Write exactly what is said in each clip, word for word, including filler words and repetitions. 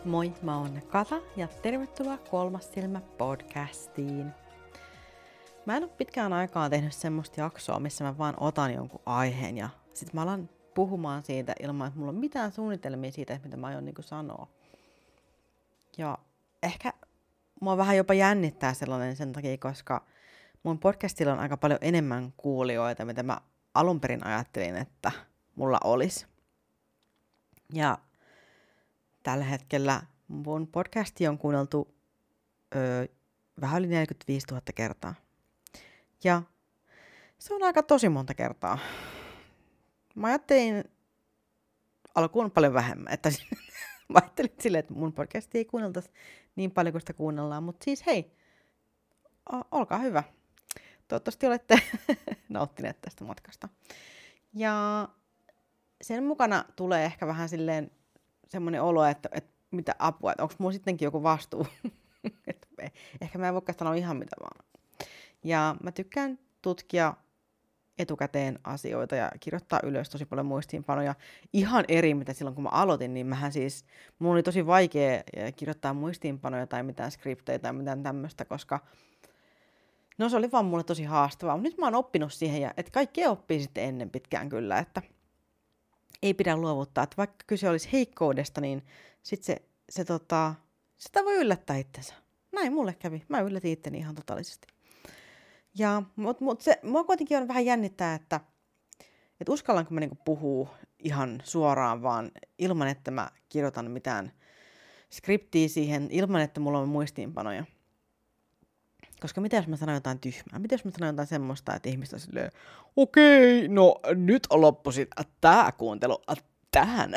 Moi, mä oon Kata ja tervetuloa Kolmas silmä podcastiin. Mä en ole pitkään aikaan tehnyt semmoista jaksoa, missä mä vaan otan jonkun aiheen ja sit mä alan puhumaan siitä ilman, että mulla on mitään suunnitelmia siitä, mitä mä aion niinku sanoa. Ja ehkä mua vähän jopa jännittää sellainen sen takia, koska mun podcastilla on aika paljon enemmän kuulijoita, mitä mä alun perin ajattelin, että mulla olisi. Ja tällä hetkellä mun podcasti on kuunneltu öö, vähän yli neljäkymmentäviisituhatta kertaa. Ja se on aika tosi monta kertaa. Mä ajattelin alkuun paljon vähemmän. Että mä ajattelin silleen, että mun podcasti ei kuunneltaisi niin paljon kuin sitä kuunnellaan. Mutta siis hei, o- olkaa hyvä. Toivottavasti olette nauttineet tästä matkasta. Ja sen mukana tulee ehkä vähän silleen semmoinen olo, että, että mitä apua, että onko mulla sittenkin joku vastuu. Ehkä mä en voikaan sanoa ihan mitä vaan. Ja mä tykkään tutkia etukäteen asioita ja kirjoittaa ylös tosi paljon muistiinpanoja. Ihan eri, mitä silloin kun mä aloitin, niin mähän siis, mulla oli tosi vaikea kirjoittaa muistiinpanoja tai mitään skriptejä tai mitään tämmöistä, koska no se oli vaan mulle tosi haastavaa. Mutta nyt mä oon oppinut siihen, ja, että kaikkea oppii sitten ennen pitkään kyllä, että ei pidä luovuttaa. Että vaikka kyse olisi heikkoudesta, niin sit se, se tota, sitä voi yllättää itsensä. Näin mulle kävi. Mä yllätin itteni ihan totaalisesti. Ja, mutta mut se, mua kuitenkin on vähän jännittää, että, että uskallanko mä niinku puhua ihan suoraan vaan ilman, että mä kirjoitan mitään skriptiä siihen, ilman, että mulla on muistiinpanoja. Koska mitä jos mä sanon jotain tyhmää? Mitä jos mä sanon jotain semmoista, että ihmiset on silleen, okei, no nyt on loppu sit tää kuuntelu tähän.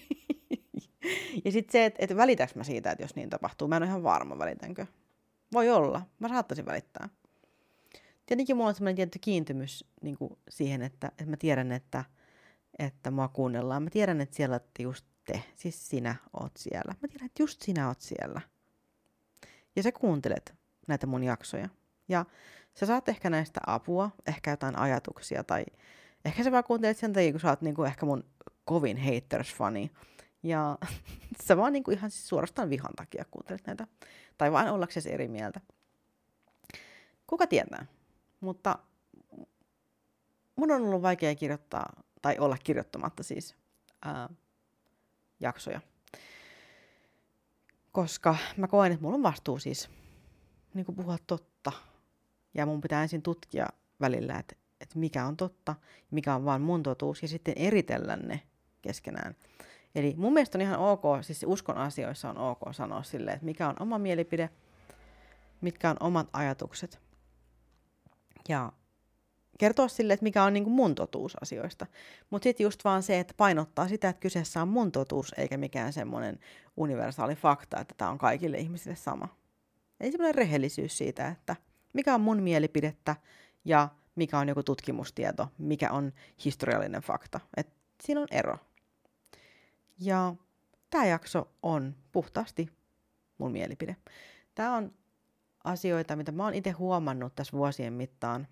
Ja sit se, että et välitäks mä siitä, että jos niin tapahtuu. Mä en ole ihan varma, välitänkö. Voi olla. Mä saattaisin välittää. Tietenkin mulla on semmoinen tietty kiintymys niin kuin siihen, että, että mä tiedän, että, että mua kuunnellaan. Mä tiedän, että siellä olette just te, siis sinä oot siellä. Mä tiedän, että just sinä oot siellä. Ja sä kuuntelet näitä mun jaksoja. Ja sä saat ehkä näistä apua, ehkä jotain ajatuksia, tai ehkä sä vaan kuuntelet sen takia, kun sä oot niin kuin ehkä mun kovin haters-fani. Ja sä vaan niin kuin ihan siis suorastaan vihan takia kuuntelet näitä. Tai vaan ollaksesi eri mieltä. Kuka tietää? Mutta mun on ollut vaikea kirjoittaa, tai olla kirjoittamatta siis, ää, jaksoja. Koska mä koen, että mulla on vastuu siis niin kuin puhua totta. Ja mun pitää ensin tutkia välillä, että, että mikä on totta, mikä on vaan mun totuus, ja sitten eritellä ne keskenään. Eli mun mielestä on ihan ok, siis uskon asioissa on ok sanoa silleen, että mikä on oma mielipide, mitkä on omat ajatukset. Ja kertoa sille, että mikä on niin kuin mun totuus asioista. Mutta sitten just vaan se, että painottaa sitä, että kyseessä on mun totuus, eikä mikään semmoinen universaali fakta, että tämä on kaikille ihmisille sama. Eli semmoinen rehellisyys siitä, että mikä on mun mielipidettä ja mikä on joku tutkimustieto, mikä on historiallinen fakta. Et siinä on ero. Ja tämä jakso on puhtaasti mun mielipide. Tämä on asioita, mitä mä oon itse huomannut tässä vuosien mittaan.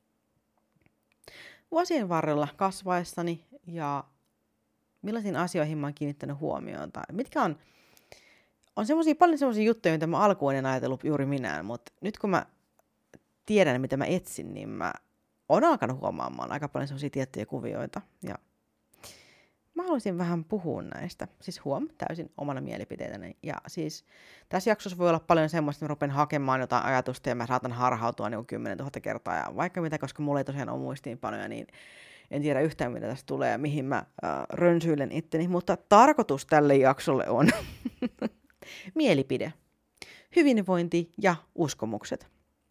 Vuosien varrella kasvaessani ja millaisiin asioihin mä oon kiinnittänyt huomiota. Mitkä on, on semmosia, paljon semmoisia juttuja, mitä mä alkuun en ajatellut juuri minään, mutta nyt kun mä tiedän, mitä mä etsin, niin mä oon alkanut huomaamaan aika paljon semmosia tiettyjä kuvioita. Ja mä haluaisin vähän puhua näistä, siis huom, täysin omana mielipiteitäni. Ja siis tässä jaksossa voi olla paljon semmoista, että mä rupean hakemaan jotain ajatusta ja mä saatan harhautua niin kuin kymmenen tuhatta kertaa ja vaikka mitä, koska mulla ei tosiaan ole muistiinpanoja, niin en tiedä yhtään mitä tästä tulee ja mihin mä äh, rönsyilen itteni. Mutta tarkoitus tälle jaksolle on mielipide, hyvinvointi ja uskomukset.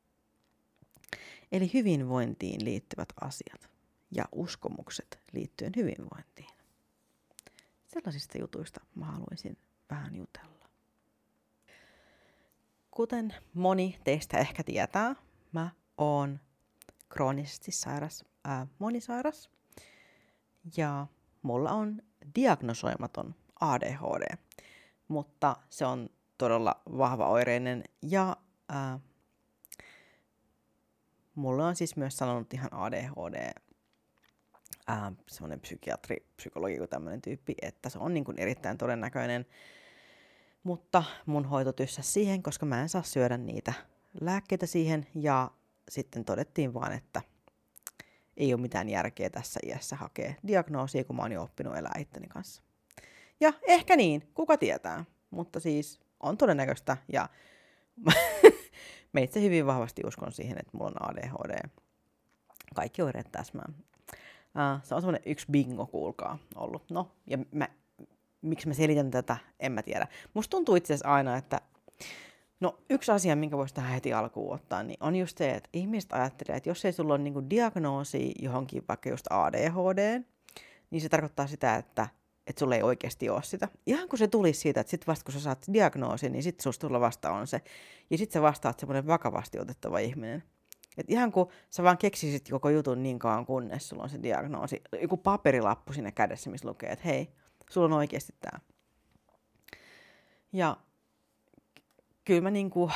Eli hyvinvointiin liittyvät asiat ja uskomukset liittyen hyvinvointiin. Sellaisista jutuista mä haluaisin vähän jutella. Kuten moni teistä ehkä tietää, mä oon kroonisesti sairas, ää, monisairas. Ja mulla on diagnosoimaton A D H D, mutta se on todella vahvaoireinen. Ja ää, mulla on siis myös sanonut ihan A D H D, Äh, semmoinen psykiatri, psykologi kuin tämmöinen tyyppi, että se on niin kuin erittäin todennäköinen. Mutta mun hoito tyssäsi siihen, koska mä en saa syödä niitä lääkkeitä siihen. Ja sitten todettiin vaan, että ei ole mitään järkeä tässä iässä hakea diagnoosia, kun mä oon jo oppinut elää itteni kanssa. Ja ehkä niin, kuka tietää. Mutta siis on todennäköistä ja mä itse hyvin vahvasti uskon siihen, että mulla on A D H D. Kaikki oireet täsmää. Uh, se on semmoinen yksi bingo, kuulkaa, ollut. No, ja mä, miksi mä selitän tätä, en mä tiedä. Musta tuntuu itse asiassa aina, että no yksi asia, minkä voisi tähän heti alkuun ottaa, niin on just se, että ihmiset ajattelee, että jos ei sulla ole niinku diagnoosi johonkin vaikka just A D H D, niin se tarkoittaa sitä, että että sulla ei oikeasti ole sitä. Ihan kun se tulisi siitä, että sit vasta kun sä saat diagnoosin, niin sit susta tulla vasta on se. Ja sit sä vastaat semmoinen vakavasti otettava ihminen. Et ihan kun sä vaan keksisit koko jutun niin kauan, kunnes sulla on se diagnoosi. Joku paperilappu siinä kädessä, missä lukee, että hei, sulla on oikeasti tää. Ja kyllä mä niinku...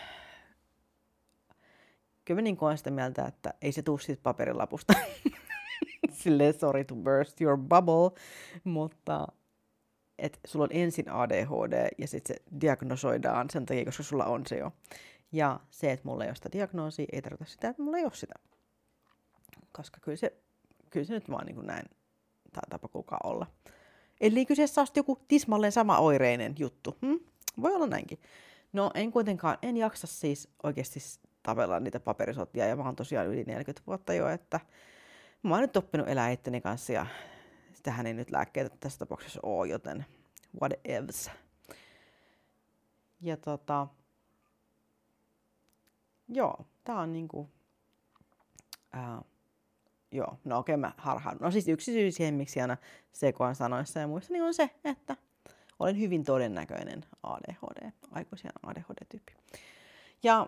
Kyllä mä niinku olen sitä mieltä, että ei se tuu siitä paperilapusta. Silleen sorry to burst your bubble, mutta että sulla on ensin A D H D ja sitten se diagnosoidaan sen takia, koska sulla on se jo. Ja se, että mulla ei ole sitä diagnoosia, ei tarkoita sitä, että mulla ei ole sitä. Koska kyllä se, kyllä se nyt vaan niin kuin näin tapa kukaan olla. Eli kyseessä on joku tismalleen sama oireinen juttu. Hm? Voi olla näinkin. No en kuitenkaan, en jaksa siis oikeasti tapella niitä paperisotia ja mä oon tosiaan yli neljäkymmentä vuotta jo, että mä oon nyt oppinut elää itteni kanssa ja sitähän ei nyt lääkkeitä tässä tapauksessa ole, joten what evs. Ja tota, joo, tää on niinku, ää, joo, no okei okay, mä harhaan. No siis yksi syy siihen, miksi aina sekoan sanoissa ja muissa, niin on se, että olen hyvin todennäköinen A D H D, aikuisen A D H D-tyyppi. Ja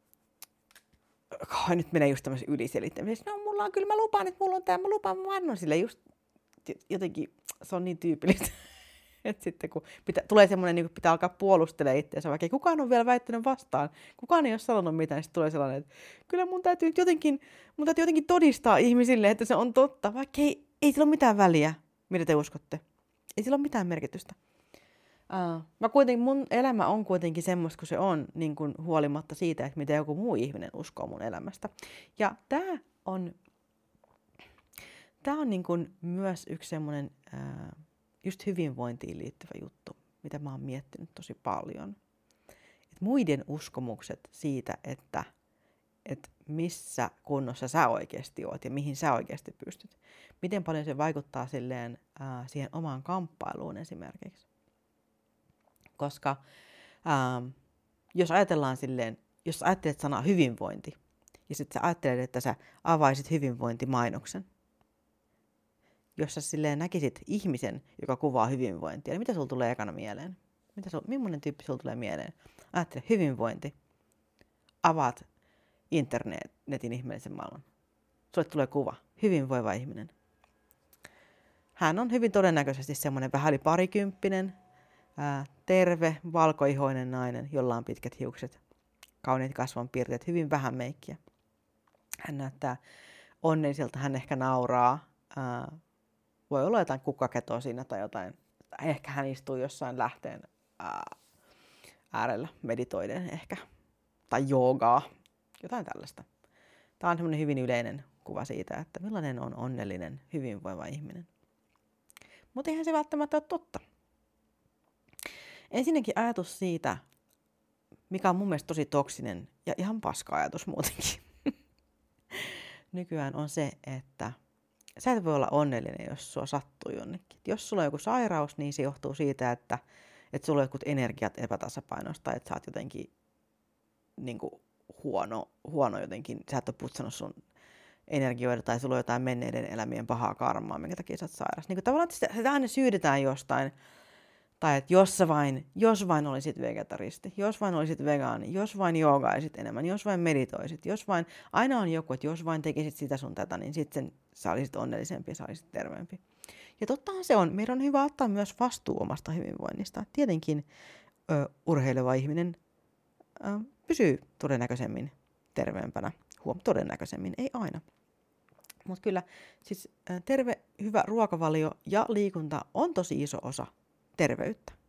oh, nyt menee just tämmöisen yliselittämisessä. No mulla on kyllä, mä lupaan, että mulla on tää, mä lupaan, mä vannon sille just jotenkin, se on niin tyypillistä. Että sitten kun pitä, tulee semmoinen, niin kun pitää alkaa puolustelemaan itseänsä, vaikka ei kukaan ole vielä väittänyt vastaan, kukaan ei ole sanonut mitään, niin sitten tulee sellainen, että kyllä mun täytyy nyt jotenkin, mun täytyy jotenkin todistaa ihmisille, että se on totta, vaikka ei, ei sillä ole mitään väliä, mitä te uskotte. Ei sillä ole mitään merkitystä. Uh, mä kuitenkin, mun elämä on kuitenkin semmoista, kun se on, niin kuin huolimatta siitä, että mitä joku muu ihminen uskoo mun elämästä. Ja tää on, tää on niin kuin myös yksi semmoinen uh, just hyvinvointiin liittyvä juttu, mitä mä oon miettinyt tosi paljon. Et muiden uskomukset siitä, että et missä kunnossa sä oikeasti oot ja mihin sä oikeasti pystyt. Miten paljon se vaikuttaa silleen, uh, siihen omaan kamppailuun esimerkiksi. Koska ähm, jos ajatellaan silleen, jos ajattelet sanaa hyvinvointi, ja sitten sä ajattelet, että sä avaisit hyvinvointimainoksen, jos sä silleen näkisit ihmisen, joka kuvaa hyvinvointia, niin mitä sulla tulee ekana mieleen? Mitä sul, millainen tyyppi sulla tulee mieleen? Ajattele hyvinvointi, avaat internetin ihmeellisen maailman. Sulle tulee kuva, hyvinvoiva ihminen. Hän on hyvin todennäköisesti semmoinen vähän yli parikymppinen, Ää, terve, valkoihoinen nainen, jolla on pitkät hiukset, kauniit kasvonpiirteet, hyvin vähän meikkiä. Hän näyttää onnelliselta, hän ehkä nauraa. Ää, voi olla jotain kukkaketoa siinä tai jotain. Ehkä hän istuu jossain lähteen ää, äärellä meditoiden ehkä. Tai joogaa, jotain tällaista. Tämä on semmoinen hyvin yleinen kuva siitä, että millainen on onnellinen, hyvinvoiva ihminen. Mutta eihän se välttämättä ole totta. Ensinnäkin ajatus siitä, mikä on mun mielestä tosi toksinen ja ihan paska ajatus muutenkin. Nykyään on se, että sä et voi olla onnellinen, jos sua sattuu jonnekin. Jos sulla on joku sairaus, niin se johtuu siitä, että, että sulla on jotkut energiat epätasapainosta, tai että sä oot jotenkin niin kuin huono, huono jotenkin, sä et ole putsannut sun energioita, tai sulla on jotain menneiden elämien pahaa karmaa, minkä takia sä oot sairas. Niin kuin tavallaan sitä, sitä aina syydetään jostain. Tai että jos sä vain, jos vain olisit vegetaristi, jos vain olisit vegaani, jos vain joogaisit enemmän, jos vain meditoisit, jos vain, aina on joku, että jos vain tekisit sitä sun tätä, niin sitten sä olisit onnellisempi ja sä olisit terveempi. Ja tottahan se on, meidän on hyvä ottaa myös vastuu omasta hyvinvoinnista. Tietenkin ö, urheileva ihminen ö, pysyy todennäköisemmin terveempänä, huom, todennäköisemmin, ei aina. Mutta kyllä siis terve, hyvä ruokavalio ja liikunta on tosi iso osa terveyttä. Ja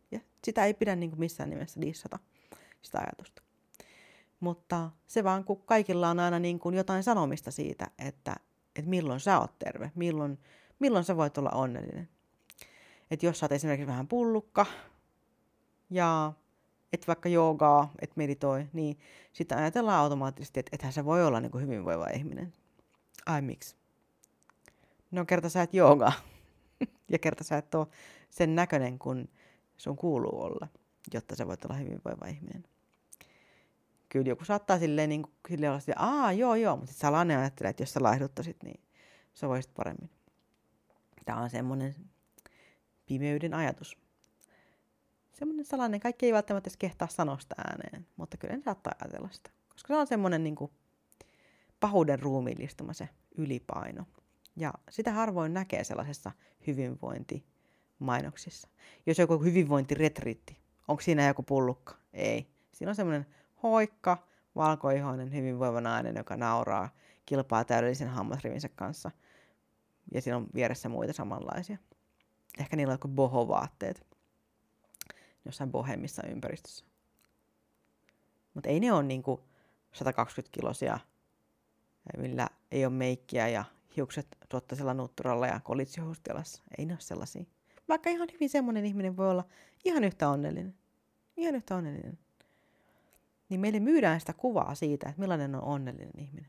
Sitä ei pidä niin kuin missään nimessä dissata, sitä ajatusta. Mutta se vaan, kun kaikilla on aina niin kuin jotain sanomista siitä, että, että milloin sä oot terve, milloin, milloin sä voit olla onnellinen. Että jos sä oot esimerkiksi vähän pullukka ja et vaikka joogaa, et meditoi, niin sitä ajatellaan automaattisesti, että ethän sä voi olla niin kuin hyvinvoiva ihminen. Ai miksi? No kerta sä et joogaa ja kerta sä et ole sen näköinen, kun sun kuuluu olla, jotta sä voit olla hyvinvoiva ihminen. Kyllä joku saattaa silleen, niin kuin, silleen olla silleen, aa joo joo, mutta sit salainen ajattelee, että jos sä laihduttaisit, niin sä voisit paremmin. Tää on semmoinen pimeyden ajatus. Semmoinen salainen, kaikki ei välttämättä edes kehtaa sanoa sitä ääneen, mutta kyllä ne saattaa ajatella sitä. Koska se on semmoinen niin kuin pahuuden ruumiillistuma se ylipaino. Ja sitä harvoin näkee sellaisessa hyvinvointimainoksissa. Jos joku hyvinvointiretriitti, onko siinä joku pullukka? Ei. Siinä on semmoinen hoikka, valkoihoinen, hyvinvoiva nainen, joka nauraa, kilpaa täydellisen hammasrivinsä kanssa. Ja siinä on vieressä muita samanlaisia. Ehkä niillä on joku boho-vaatteet jossain bohemmissa ympäristössä. Mutta ei ne ole niinku sata kaksikymmentä kilosia, millä ei ole meikkiä ja hiukset tuottaisella nutturalla ja kolitsihouset jalassa. Ei ne ole sellaisia. Vaikka ihan hyvin semmoinen ihminen voi olla ihan yhtä onnellinen. Ihan yhtä onnellinen. Niin meille myydään sitä kuvaa siitä, että millainen on onnellinen ihminen.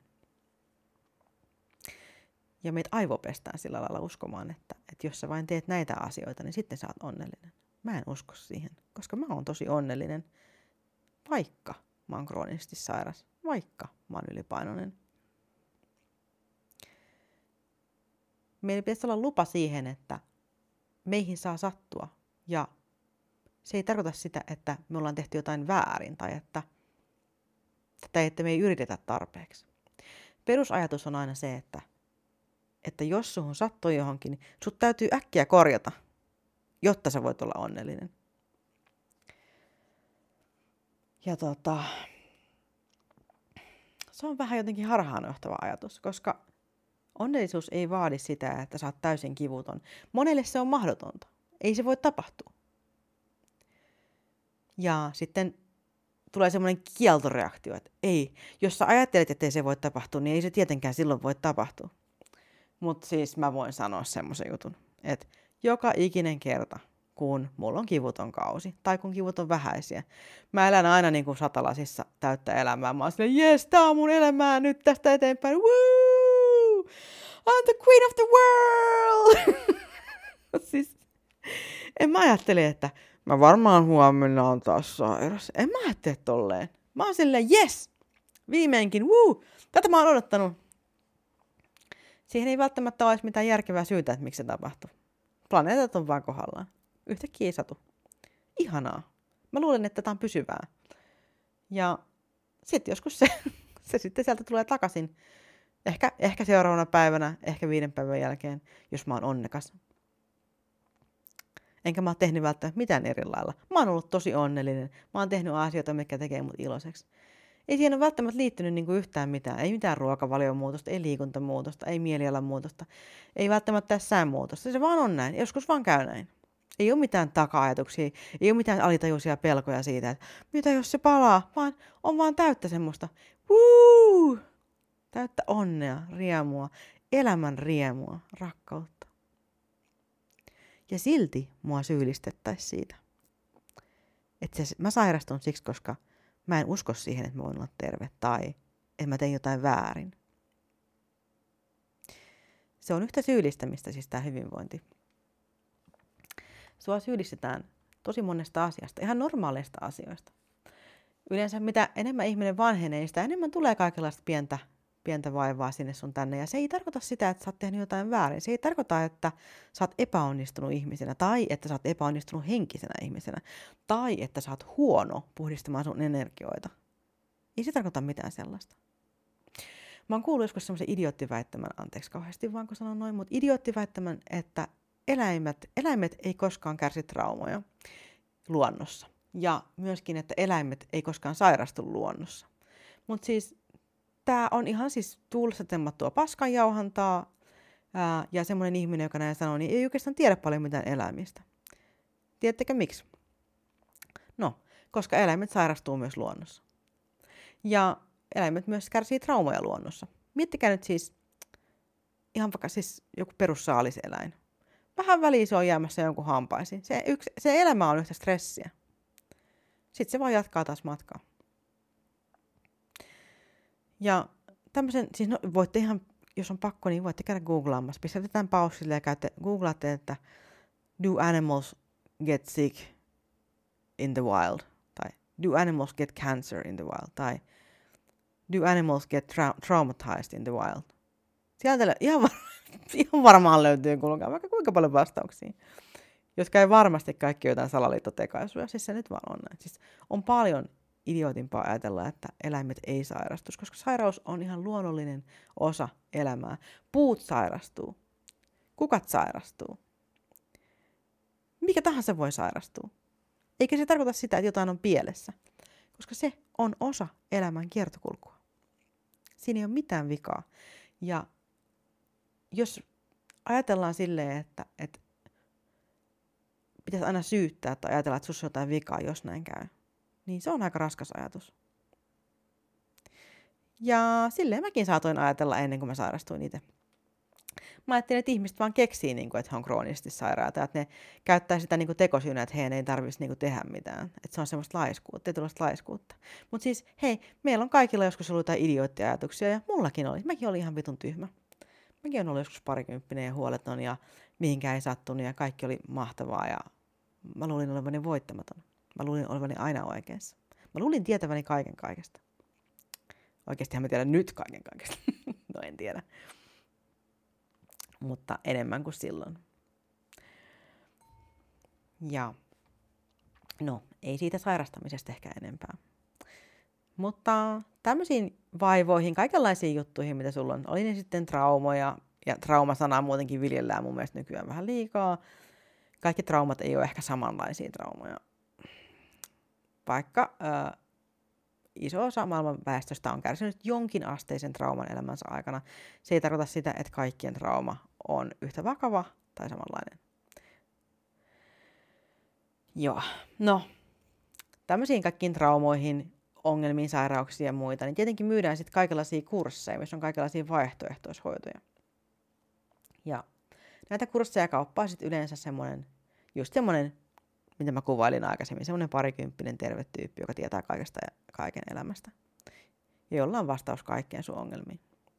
Ja meitä aivopestään sillä lailla uskomaan, että, että jos sä vain teet näitä asioita, niin sitten sä oot onnellinen. Mä en usko siihen, koska mä oon tosi onnellinen, vaikka mä oon kroonisesti sairas, vaikka mä oon ylipainoinen. Meillä pitäisi olla lupa siihen, että meihin saa sattua. Ja se ei tarkoita sitä, että me ollaan tehty jotain väärin tai että, tai että me ei yritetä tarpeeksi. Perusajatus on aina se, että, että jos suhun sattuu johonkin, niin sut täytyy äkkiä korjata, jotta sä voit olla onnellinen. Ja tota, se on vähän jotenkin harhaanjohtava ajatus, koska onnellisuus ei vaadi sitä, että sä oot täysin kivuton. Monelle se on mahdotonta. Ei se voi tapahtua. Ja sitten tulee semmoinen kieltoreaktio, että ei, jos sä ajattelet, että ei se voi tapahtua, niin ei se tietenkään silloin voi tapahtua. Mutta siis mä voin sanoa semmoisen jutun, että joka ikinen kerta, kun mulla on kivuton kausi, tai kun kivut on vähäisiä, mä elän aina niin kuin satalasissa täyttä elämää. Mä oon silleen, jes, tää on mun elämää nyt tästä eteenpäin. Woo! I'm the queen of the world! Siis, en mä ajattele, että mä varmaan huomenna on taas sairas. En mä ajattele tolleen. Mä oon silleen, jes, viimeinkin, woo! Tätä mä oon odottanut. Siihen ei välttämättä olisi mitään järkevää syytä, että miksi se tapahtuu. Planeetat on vaan kohdallaan. Yhtäkkiä ei satu. Ihanaa. Mä luulen, että tää on pysyvää. Ja sitten joskus se, se sitten sieltä tulee takaisin. Ehkä, ehkä seuraavana päivänä, ehkä viiden päivän jälkeen, jos mä oon onnekas. Enkä mä oon tehnyt välttämättä mitään eri lailla. Mä oon ollut tosi onnellinen. Mä oon tehnyt asioita, mitkä tekee mut iloiseksi. Ei siihen ole välttämättä liittynyt niinku yhtään mitään. Ei mitään ruokavaliomuutosta, ei liikuntamuutosta, ei mielialan muutosta. Ei välttämättä säänmuutosta. Se vaan on näin. Joskus vaan käy näin. Ei ole mitään taka-ajatuksia, ei ole mitään alitajuisia pelkoja siitä, että mitä jos se palaa, vaan on vaan täyttä semmoista, wuu, täyttä onnea, riemua, elämän riemua, rakkautta. Ja silti mua syyllistettäisiin siitä. Että se, mä sairastun siksi, koska mä en usko siihen, että mä voin olla terve tai että mä teen jotain väärin. Se on yhtä syyllistämistä, siis tää hyvinvointi. Sua syyllistetään tosi monesta asiasta, ihan normaaleista asioista. Yleensä mitä enemmän ihminen vanhenee, niin sitä enemmän tulee kaikenlaista pientä, pientä vaivaa sinne sun tänne. Ja se ei tarkoita sitä, että sä oot tehnyt jotain väärin. Se ei tarkoita, että sä oot epäonnistunut ihmisenä, tai että sä oot epäonnistunut henkisenä ihmisenä, tai että sä oot huono puhdistamaan sun energioita. Ei se tarkoita mitään sellaista. Mä oon kuullut joskus semmoisen idioottiväittämän, anteeksi kauheasti vaan kun sanon noin, mutta idioottiväittämän, että Eläimet, eläimet ei koskaan kärsi traumoja luonnossa. Ja myöskin, että eläimet ei koskaan sairastu luonnossa. Mutta siis tämä on ihan siis tuulessa temmattua paskanjauhantaa. Ää, ja semmoinen ihminen, joka näin sanoo, niin ei oikeastaan tiedä paljon mitään eläimistä. Tiedättekö miksi? koska eläimet sairastuu myös luonnossa. Ja eläimet myös kärsii traumoja luonnossa. Miettikää nyt siis ihan vaikka siis joku perussaaliseläin. Vähän väliin se on jäämässä jonkun hampaisiin. Se, yksi, se elämä on yhtä stressiä. Sitten se vaan jatkaa taas matkaa. Ja tämmöisen, siis no, voitte ihan, jos on pakko, niin voitte käydä googlaamassa. Pistetään pausille ja käytte, googlaatte, että do animals get sick in the wild? Tai do animals get cancer in the wild? Tai do animals get tra- traumatized in the wild? Sieltä ihan, var- ihan varmaan löytyy kuulkaa vaikka kuinka paljon vastauksia, jotka ei varmasti kaikki jotain salaliittotekaisuja. Siis se nyt vaan on näin. Siis on paljon idiootimpaa ajatella, että eläimet ei sairastu, koska sairaus on ihan luonnollinen osa elämää. Puut sairastuu. Kukat sairastuu. Mikä tahansa voi sairastua. Eikä se tarkoita sitä, että jotain on pielessä, koska se on osa elämän kiertokulkua. Siinä ei ole mitään vikaa. Ja jos ajatellaan silleen, että, että pitäisi aina syyttää tai ajatella, että sussa on jotain vikaa, jos näin käy, niin se on aika raskas ajatus. Ja silleen mäkin saatoin ajatella ennen kuin mä sairastuin itse. Mä ajattelin, että ihmiset vaan keksii, että he on kroonisesti sairaata, että ne käyttää sitä tekosyynä, että heidän ei tarvitsisi tehdä mitään. Että se on semmoista laiskuutta, tietynlaista laiskuutta. Mutta siis, hei, meillä on kaikilla joskus ollut jotain idioottiajatuksia, ja mullakin oli. Mäkin olin ihan vitun tyhmä. Mäkin olen ollut joskus parikymppinen ja huoleton, ja mihinkään ei sattunut, ja kaikki oli mahtavaa, ja mä luulin olevani voittamaton. Mä luulin olevani aina oikeassa. Mä luulin tietäväni kaiken kaikesta. Oikeastihan mä tiedän nyt kaiken kaikesta. No en tiedä. Mutta enemmän kuin silloin. Ja no, ei siitä sairastamisesta ehkä enempää. Mutta tämmöisiin vaivoihin, kaikenlaisiin juttuihin, mitä sulla on, oli ne sitten traumoja, ja traumasanaa muutenkin viljellään mun mielestä nykyään vähän liikaa. Kaikki traumat ei ole ehkä samanlaisia traumoja. Vaikka äh, iso osa maailman väestöstä on kärsinyt jonkin asteisen trauman elämänsä aikana, se ei tarkoita sitä, että kaikkien trauma on yhtä vakava tai samanlainen. Joo, no, tämmöisiin kaikkiin traumoihin, ongelmiin, sairauksiin ja muita, niin tietenkin myydään sitten kaikenlaisia kursseja, missä on kaikenlaisia vaihtoehtoishoitoja. Ja näitä kursseja kauppaa sitten yleensä semmoinen, just semmoinen, mitä mä kuvailin aikaisemmin, semmoinen parikymppinen terve tyyppi, joka tietää kaikesta ja kaiken elämästä. Ja jolla on vastaus kaikkeen sun ongelmiin.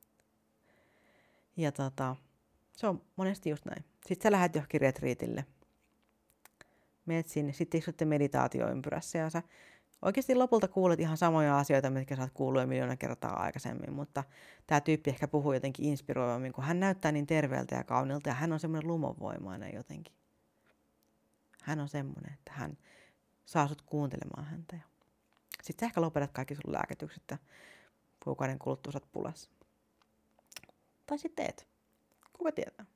Ja tota, se on monesti just näin. Sitten sä lähdet johonkin retriitille. Meet sinne, sitten istutte meditaatioympyrässä ja sä oikeasti lopulta kuulet ihan samoja asioita, mitkä sä oot kuullut jo miljoona kertaa aikaisemmin, mutta tää tyyppi ehkä puhuu jotenkin inspiroivammin, kun hän näyttää niin terveeltä ja kauniilta ja hän on semmoinen lumonvoimainen jotenkin. Hän on semmoinen, että hän saa sut kuuntelemaan häntä. Sitten sä ehkä lopetat kaikki sun lääkitykset ja kuukauden kuluttua sä oot pulassa. Tai sitten teet. Kuka tietää?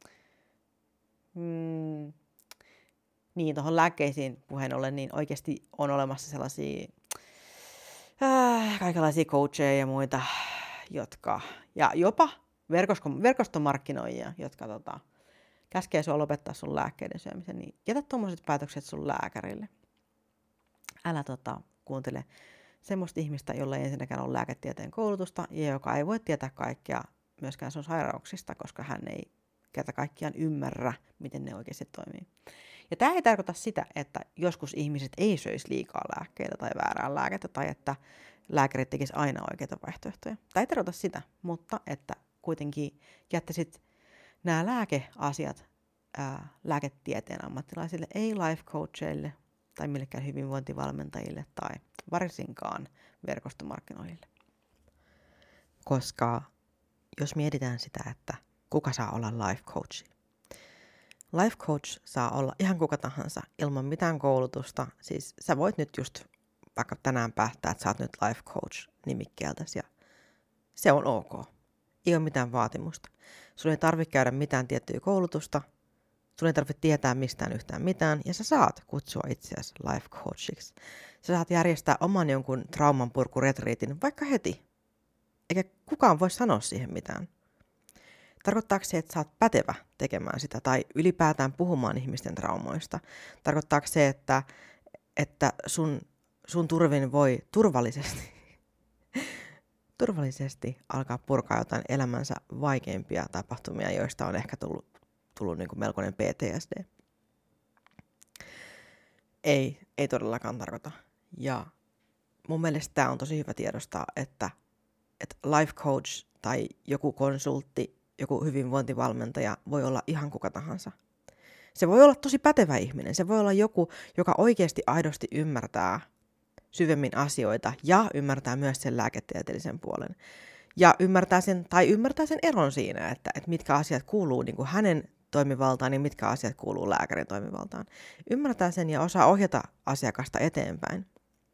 Mm. Niin, tuohon lääkkeisiin puheen ollen, niin oikeasti on olemassa sellaisia äh, kaikenlaisia coacheja ja muita, jotka, ja jopa verkosto, verkostomarkkinoijia, jotka tota, käskee sua lopettaa sun lääkkeiden syömisen, niin jätä tuommoiset päätökset sun lääkärille. Älä tota, kuuntele semmoista ihmistä, jolla ei ensinnäkään ole lääketieteen koulutusta ja joka ei voi tietää kaikkea myöskään sun sairauksista, koska hän ei kerta kaikkiaan ymmärrä, miten ne oikeasti toimii. Ja tämä ei tarkoita sitä, että joskus ihmiset ei söisi liikaa lääkkeitä tai väärää lääkettä tai että lääkärit tekisivät aina oikeita vaihtoehtoja. Tämä ei tarkoita sitä, mutta että kuitenkin jättäisit nämä lääkeasiat ää, lääketieteen ammattilaisille, ei life coacheille tai millekään hyvinvointivalmentajille tai varsinkaan verkostomarkkinoille. Koska jos mietitään sitä, että kuka saa olla life coach. Life coach saa olla ihan kuka tahansa ilman mitään koulutusta. Siis sä voit nyt just vaikka tänään päättää, että sä oot nyt life coach nimikkeeltäsi ja se on ok. Ei ole mitään vaatimusta. Sun ei tarvitse käydä mitään tiettyä koulutusta. Sun ei tarvitse tietää mistään yhtään mitään ja sä saat kutsua itseäsi life coachiksi. Sä saat järjestää oman jonkun traumanpurkuretriitin vaikka heti. Eikä kukaan voi sanoa siihen mitään. Tarkoittaako se, että sä oot pätevä tekemään sitä tai ylipäätään puhumaan ihmisten traumoista? Tarkoittaako se, että, että sun sun turvin voi turvallisesti, turvallisesti alkaa purkaa jotain elämänsä vaikeimpia tapahtumia, joista on ehkä tullut, tullut niin kuin melkoinen P T S D. Ei, ei todellakaan tarkoita. Ja mun mielestä tämä on tosi hyvä tiedostaa, että, että life coach tai joku konsultti, joku hyvinvointivalmentaja voi olla ihan kuka tahansa. Se voi olla tosi pätevä ihminen. Se voi olla joku, joka oikeasti aidosti ymmärtää syvemmin asioita ja ymmärtää myös sen lääketieteellisen puolen. Ja ymmärtää sen, tai ymmärtää sen eron siinä, että, että mitkä asiat kuuluu niin kuin hänen toimivaltaan ja mitkä asiat kuuluu lääkärin toimivaltaan. Ymmärtää sen ja osaa ohjata asiakasta eteenpäin.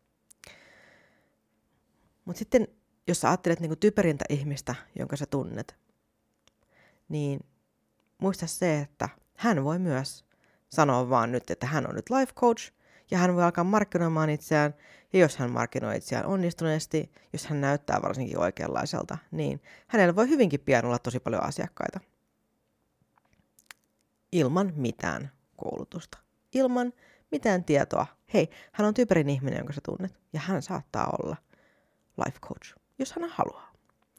Mutta sitten, jos sä ajattelet niin kuin typerintä ihmistä, jonka sä tunnet, niin muista se, että hän voi myös sanoa vaan nyt, että hän on nyt life coach, ja hän voi alkaa markkinoimaan itseään, ja jos hän markkinoi itseään onnistuneesti, jos hän näyttää varsinkin oikeanlaiselta, niin hänellä voi hyvinkin pian olla tosi paljon asiakkaita. Ilman mitään koulutusta. Ilman mitään tietoa. Hei, hän on typerin ihminen, jonka sä tunnet, ja hän saattaa olla life coach, jos hän haluaa.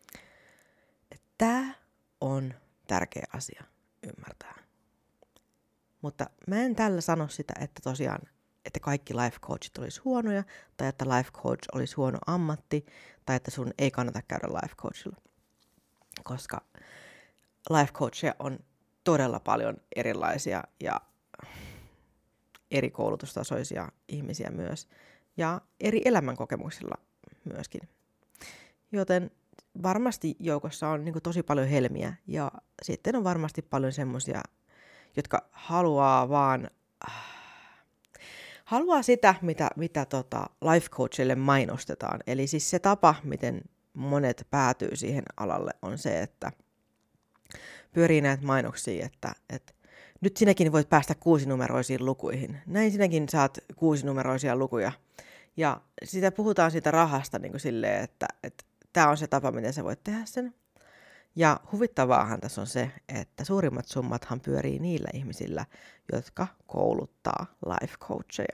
Tämä on tärkeä asia ymmärtää. Mutta mä en tällä sano sitä, että tosiaan, että kaikki life coachit olisi huonoja, tai että life coach olisi huono ammatti, tai että sun ei kannata käydä life coachilla. Koska life coachia on todella paljon erilaisia ja eri koulutustasoisia ihmisiä myös, ja eri elämänkokemuksilla myöskin. Joten varmasti joukossa on niin kuin tosi paljon helmiä, ja sitten on varmasti paljon semmoisia, jotka haluaa vaan, äh, haluaa sitä, mitä, mitä tota life coachille mainostetaan. Eli siis se tapa, miten monet päätyy siihen alalle, on se, että pyörii näitä mainoksia, että, että nyt sinäkin voit päästä kuusinumeroisiin lukuihin. Näin sinäkin saat kuusinumeroisia lukuja. Ja sitä puhutaan siitä rahasta niin kuin silleen, että, että tämä on se tapa, miten sä voit tehdä sen. Ja huvittavaahan tässä on se, että suurimmat summathan pyörii niillä ihmisillä, jotka kouluttaa life coacheja.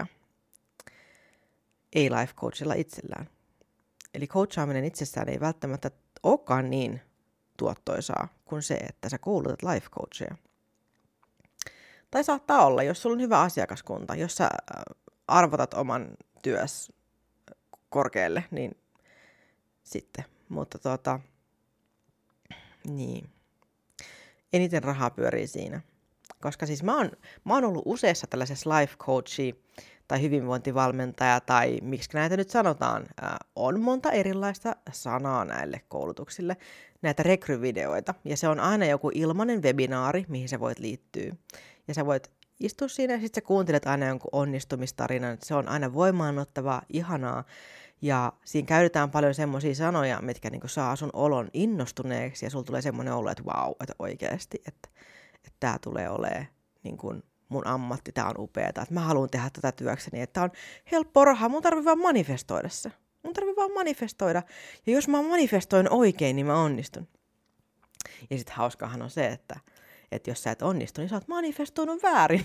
Ei life coachilla itsellään. Eli coachaaminen itsessään ei välttämättä olekaan niin tuottoisaa kuin se, että sä koulutat life coacheja. Tai saattaa olla, jos sulla on hyvä asiakaskunta, jos sä arvotat oman työs korkealle, niin sitten. Mutta tota, niin. Eniten rahaa pyörii siinä. Koska siis mä oon, mä oon ollut useassa tällaisessa life coachi tai hyvinvointivalmentaja tai miksi näitä nyt sanotaan. Ää, on monta erilaista sanaa näille koulutuksille, näitä rekryvideoita. Ja se on aina joku ilmainen webinaari, mihin sä voit liittyä. Ja sä voit istua siinä ja sitten sä kuuntelet aina jonkun onnistumistarinan. Se on aina voimaanottavaa, ihanaa. Ja siinä käytetään paljon semmoisia sanoja, mitkä niinku saa sun olon innostuneeksi ja sulla tulee semmoinen olo, että vau, että oikeasti, että, että tämä tulee olemaan niin kuin mun ammatti, tämä on upeata, että mä haluan tehdä tätä työkseni, että tämä on helppo rahaa, mun tarvii vaan manifestoida se. Mun tarvii vaan manifestoida. Ja jos mä manifestoin oikein, niin mä onnistun. Ja sitten hauskahan on se, että, että jos sä et onnistu, niin sä oot manifestoinut väärin.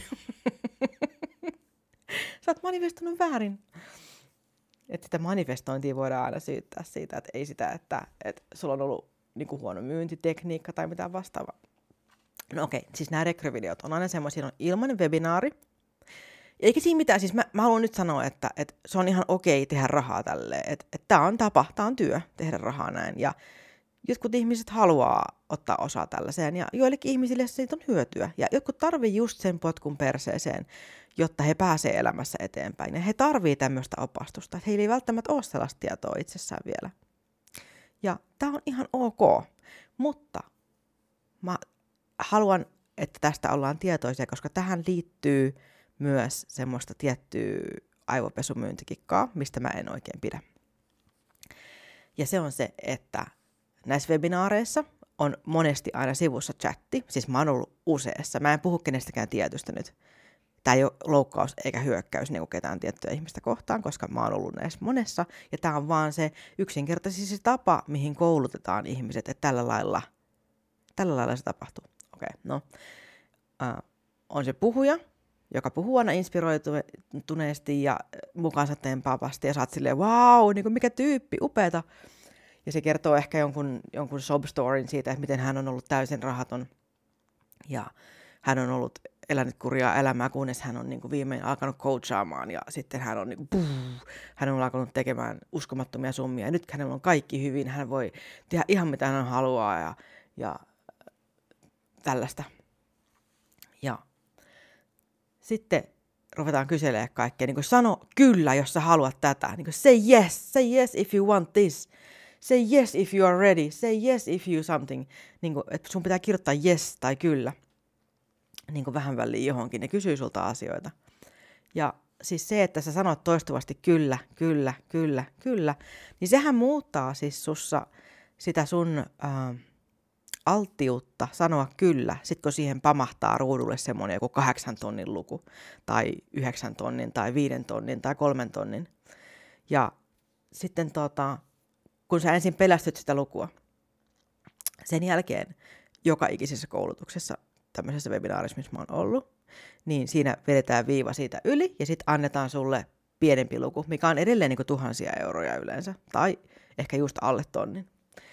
Sä oot manifestoinut väärin. Että sitä manifestointia voidaan aina syyttää siitä, että ei sitä, että, että sulla on ollut niin kuin huono myyntitekniikka tai mitään vastaavaa. No okei, siis nämä rekryvideot on aina semmoisia, on ilmainen webinaari. Eikä siinä mitään, siis mä, mä haluan nyt sanoa, että, että se on ihan okei tehdä rahaa tälleen. Että, että tämä on tapa, tämä on työ tehdä rahaa näin. Ja jotkut ihmiset haluaa ottaa osaa tällaiseen ja joillekin ihmisille siitä on hyötyä. Ja jotkut tarvii just sen potkun perseeseen, jotta he pääsee elämässä eteenpäin. Ja he tarvii tämmöistä opastusta, että heillä ei välttämättä ole sellaista tietoa itsessään vielä. Ja tämä on ihan ok, mutta mä haluan, että tästä ollaan tietoisia, koska tähän liittyy myös semmoista tiettyä aivopesumyyntikikkaa, mistä mä en oikein pidä. Ja se on se, että näissä webinaareissa on monesti aina sivussa chatti, siis mä oon ollut useassa, mä en puhu kenestäkään tietystä nyt. Tämä ei ole loukkaus eikä hyökkäys niin kuin ketään tiettyä ihmistä kohtaan, koska mä oon ollut näissä monessa. Ja tämä on vaan se yksinkertaisesti se tapa, mihin koulutetaan ihmiset, että tällä lailla, tällä lailla se tapahtuu. Okei, okay, no. Uh, on se puhuja, joka puhuu aina inspiroituneesti ja mukaansa tempaavasti ja sä oot silleen, wow, niin kuin mikä tyyppi, upeeta. Ja se kertoo ehkä jonkun, jonkun sob storyn siitä, että miten hän on ollut täysin rahaton ja hän on ollut elänyt kurjaa elämää, kunnes hän on niin kuin viimein alkanut coachaamaan ja sitten hän on, niin kuin, puh, hän on alkanut tekemään uskomattomia summia ja nyt hänellä on kaikki hyvin, hän voi tehdä ihan mitä hän haluaa ja, ja tällaista. Ja sitten ruvetaan kyselemään kaikkea, niin kuin sano kyllä, jos sä haluat tätä, niin kuin say yes, say yes if you want this, say yes if you are ready, say yes if you something, niin kuin, että sun pitää kirjoittaa yes tai kyllä. Niin kuin vähän väliin johonkin, ne kysyy sulta asioita. Ja siis se, että sä sanot toistuvasti kyllä, kyllä, kyllä, kyllä, niin sehän muuttaa siis sussa sitä sun äh, alttiutta sanoa kyllä, sit kun siihen pamahtaa ruudulle semmoinen joku kahdeksan tonnin luku, tai yhdeksän tonnin, tai viiden tonnin, tai kolmen tonnin. Ja sitten tota, kun sä ensin pelästyt sitä lukua, sen jälkeen joka ikisessä koulutuksessa, tämmöisessä webinaarissa, missä mä oon ollut, niin siinä vedetään viiva siitä yli ja sitten annetaan sulle pienempi luku, mikä on edelleen niin kuin tuhansia euroja yleensä, tai ehkä just alle tonnin.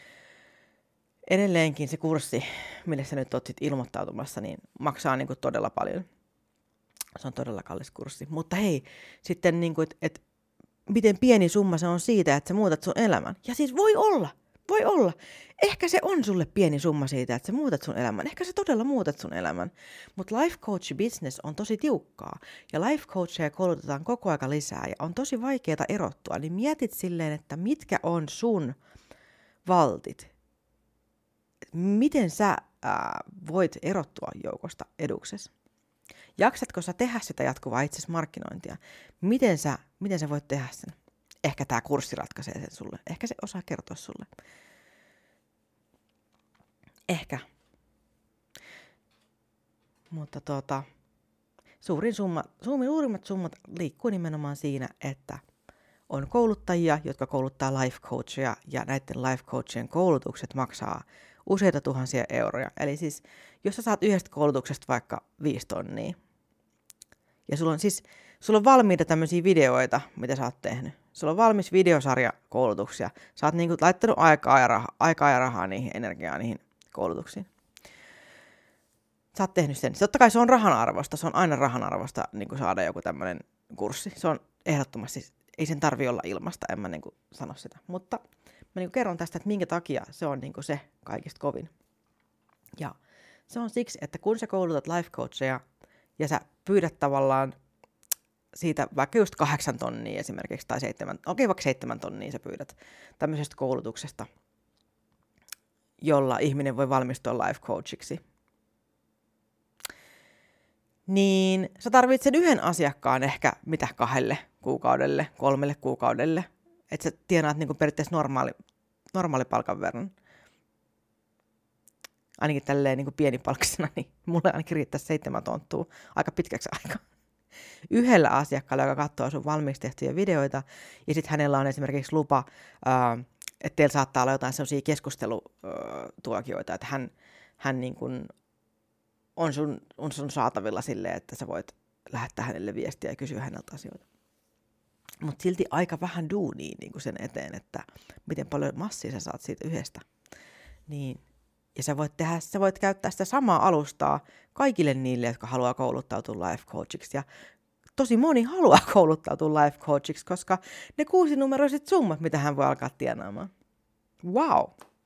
Edelleenkin se kurssi, mille sä nyt oot sit ilmoittautumassa, niin maksaa niin kuin todella paljon. Se on todella kallis kurssi. Mutta hei, sitten niin kuin, että et, miten pieni summa se on siitä, että sä muutat sun elämän. Ja siis voi olla, voi olla. Ehkä se on sulle pieni summa siitä, että sä muutat sun elämän. Ehkä sä todella muutat sun elämän. Mutta life coach business on tosi tiukkaa. Ja life coachia koulutetaan koko aika lisää. Ja on tosi vaikeaa erottua. Niin mietit silleen, että mitkä on sun valtit. Miten sä ää, voit erottua joukosta eduksessa? Jaksatko sä tehdä sitä jatkuvaa itsesmarkkinointia? Miten sä, miten sä voit tehdä sen? Ehkä tämä kurssi ratkaisee sen sulle. Ehkä se osaa kertoa sulle. Ehkä. Mutta tuota, suurin summa, suurimmat summat liikkuu nimenomaan siinä, että on kouluttajia, jotka kouluttaa life coachia, ja näiden life coachien koulutukset maksaa useita tuhansia euroja. Eli siis, jos sä saat yhdestä koulutuksesta vaikka viisi tonnia, ja sulla on siis sulla on valmiita tämmöisiä videoita, mitä sä oot tehnyt. Sulla on valmis videosarjakoulutuksia. Sä oot niinku laittanut aikaa ja, rahaa, aikaa ja rahaa niihin, energiaa niihin koulutuksiin. Sä oot tehnyt sen. Totta kai se on rahan arvosta. Se on aina rahan arvosta niin saada joku tämmöinen kurssi. Se on ehdottomasti, ei sen tarvi olla ilmasta, en mä niin sano sitä. Mutta mä niin kerron tästä, että minkä takia se on niin se kaikista kovin. Ja se on siksi, että kun sä koulutat life coacheja ja sä pyydät tavallaan siitä vaikka just kahdeksan tonnia esimerkiksi, tai seitsemän, okei okay, vaikka seitsemän tonnia sä pyydät tämmöisestä koulutuksesta, jolla ihminen voi valmistua life coachiksi, niin sä tarvitset sen yhden asiakkaan ehkä mitä kahdelle kuukaudelle, kolmelle kuukaudelle, että sä tienaat niin kuin periaatteessa normaali, normaali palkan verran. Ainakin tälleen niin kuin pienipalkkisena, niin mulle ainakin riittäisi seitsemän tonttua aika pitkäksi aikaa. Yhdellä asiakkaalla, joka katsoo sun valmiiksi tehtyjä videoita, ja sitten hänellä on esimerkiksi lupa, äh, että teillä saattaa olla jotain sellaisia keskustelutuokioita, että hän, hän niin kuin on, sun, on sun saatavilla silleen, että sä voit lähettää hänelle viestiä ja kysyä häneltä asioita. Mutta silti aika vähän duunia niin kuin sen eteen, että miten paljon massia sä saat siitä yhdestä. Niin, ja sä voit, tehdä, sä voit käyttää sitä samaa alustaa kaikille niille, jotka haluaa kouluttautua life coachiksi. Ja tosi moni haluaa kouluttautua life coachiksi, koska ne kuusinumeroiset summat, mitä hän voi alkaa tienaamaan. Wow!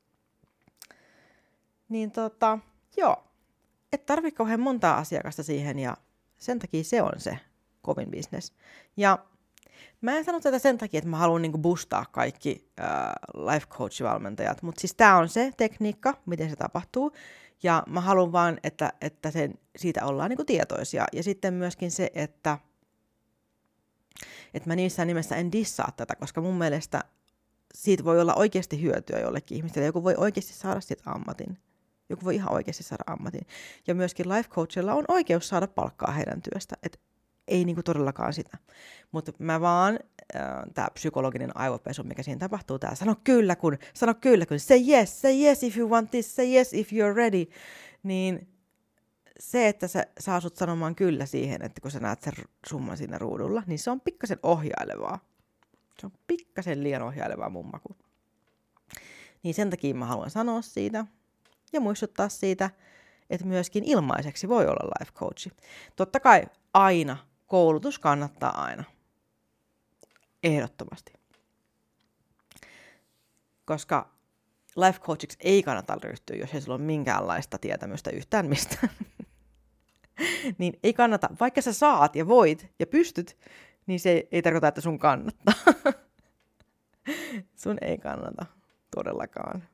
Niin tota, joo. Et tarvitse kauhean montaa asiakasta siihen ja sen takia se on se kovin business. Ja mä en sano tätä sen takia, että mä haluan niinku boostaa kaikki äh, life coach-valmentajat, mutta siis tää on se tekniikka, miten se tapahtuu. Ja mä haluan vaan, että, että sen, siitä ollaan niinku tietoisia. Ja sitten myöskin se, että, että mä missään nimessä en dissaa tätä, koska mun mielestä siitä voi olla oikeasti hyötyä jollekin ihmiselle. Joku voi oikeasti saada siitä ammatin. Joku voi ihan oikeasti saada ammatin. Ja myöskin life coachilla on oikeus saada palkkaa heidän työstä. Et ei niinku todellakaan sitä. Mutta mä vaan, äh, tää psykologinen aivopesu, mikä siinä tapahtuu, tää sano kyllä kun, sano kyllä kun, say yes, say yes if you want this, say yes if you're ready. Niin se, että sä, sä asut sanomaan kyllä siihen, että kun sä näet sen summan siinä ruudulla, niin se on pikkasen ohjailevaa. Se on pikkasen liian ohjailevaa mun maku. Niin sen takia mä haluan sanoa siitä ja muistuttaa siitä, että myöskin ilmaiseksi voi olla life coachi. Totta kai aina, koulutus kannattaa aina. Ehdottomasti. Koska life coachiksi ei kannata ryhtyä, jos ei sulla ole minkäänlaista tietämystä yhtään mistään. Niin ei kannata, vaikka sä saat ja voit ja pystyt, niin se ei tarkoita, että sun kannattaa. Sun ei kannata todellakaan.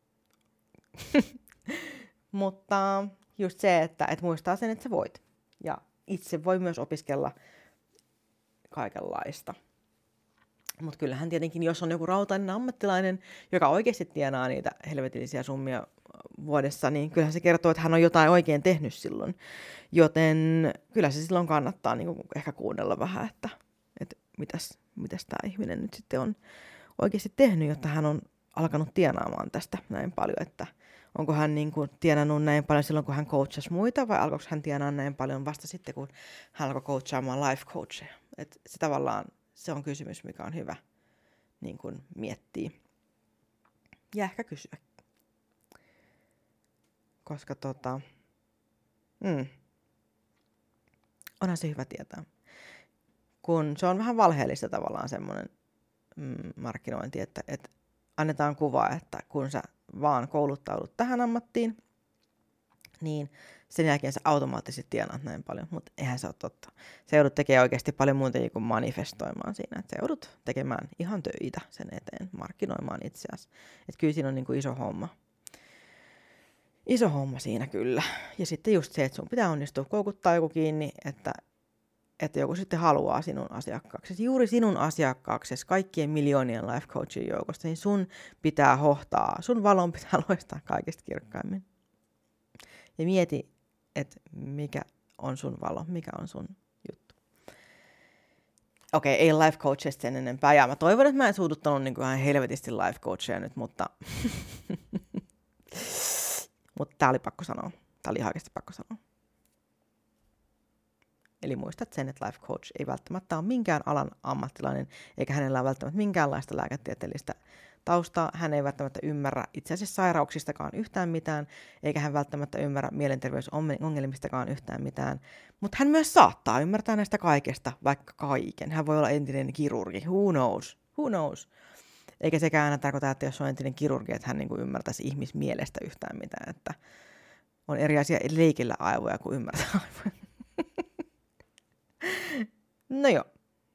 Mutta just se, että et muistaa sen, että sä voit. Ja itse voi myös opiskella kaikenlaista. Mutta kyllähän tietenkin, jos on joku rautainen ammattilainen, joka oikeasti tienaa niitä helvetillisiä summia vuodessa, niin kyllähän se kertoo, että hän on jotain oikein tehnyt silloin. Joten kyllä se silloin kannattaa niin kuin ehkä kuunnella vähän, että, että mitäs, mitäs tämä ihminen nyt sitten on oikeasti tehnyt, jotta hän on alkanut tienaamaan tästä näin paljon, että onko hän niin kuin tienannut näin paljon silloin, kun hän coachasi muita, vai alkoiko hän tienaa näin paljon vasta sitten, kun hän alkoi coachaamaan life coacheja. Että se tavallaan se on kysymys, mikä on hyvä niin kuin miettiä ja ehkä kysyä. Koska tota, mm, onhan se hyvä tietää. Kun se on vähän valheellista tavallaan semmoinen mm, markkinointi, että, että annetaan kuva, että kun sä vaan kouluttaudut tähän ammattiin, niin sen jälkeen sä automaattisesti tienaat näin paljon, mutta eihän se ole totta. Sä joudut tekemään oikeasti paljon muuta kuin manifestoimaan siinä, että sä joudut tekemään ihan töitä sen eteen, markkinoimaan itseäsi. Että kyllä siinä on niin kuin iso homma. Iso homma siinä kyllä. Ja sitten just se, että sun pitää onnistua koukuttaa joku kiinni, että, että joku sitten haluaa sinun asiakkaaksi. Juuri sinun asiakkaaksi, kaikkien miljoonien life coachien joukosta, niin sun pitää hohtaa, sun valon pitää loistaa kaikista kirkkaimmin. Ja mieti, että mikä on sun valo, mikä on sun juttu. Okei, okay, ei life coachista sen enempää. Ja mä toivon, että mä en suututtanut niin kuin ihan helvetisti life coachia nyt, mutta mutta tää oli pakko sanoa. Tää oli ihan oikeasti pakko sanoa. Eli muistat sen, että life coach ei välttämättä ole minkään alan ammattilainen, eikä hänellä ole välttämättä minkäänlaista lääketieteellistä taustaa. Hän ei välttämättä ymmärrä itse asiassa sairauksistakaan yhtään mitään, eikä hän välttämättä ymmärrä mielenterveysongelmistakaan yhtään mitään. Mutta hän myös saattaa ymmärtää näistä kaikesta, vaikka kaiken. Hän voi olla entinen kirurgi. Who knows? Who knows? Eikä sekään aina tarkoita, että jos on entinen kirurgi, että hän niinku ymmärtäisi ihmismielestä yhtään mitään. Että on eri asia leikillä aivoja kuin ymmärtää aivoja. No joo.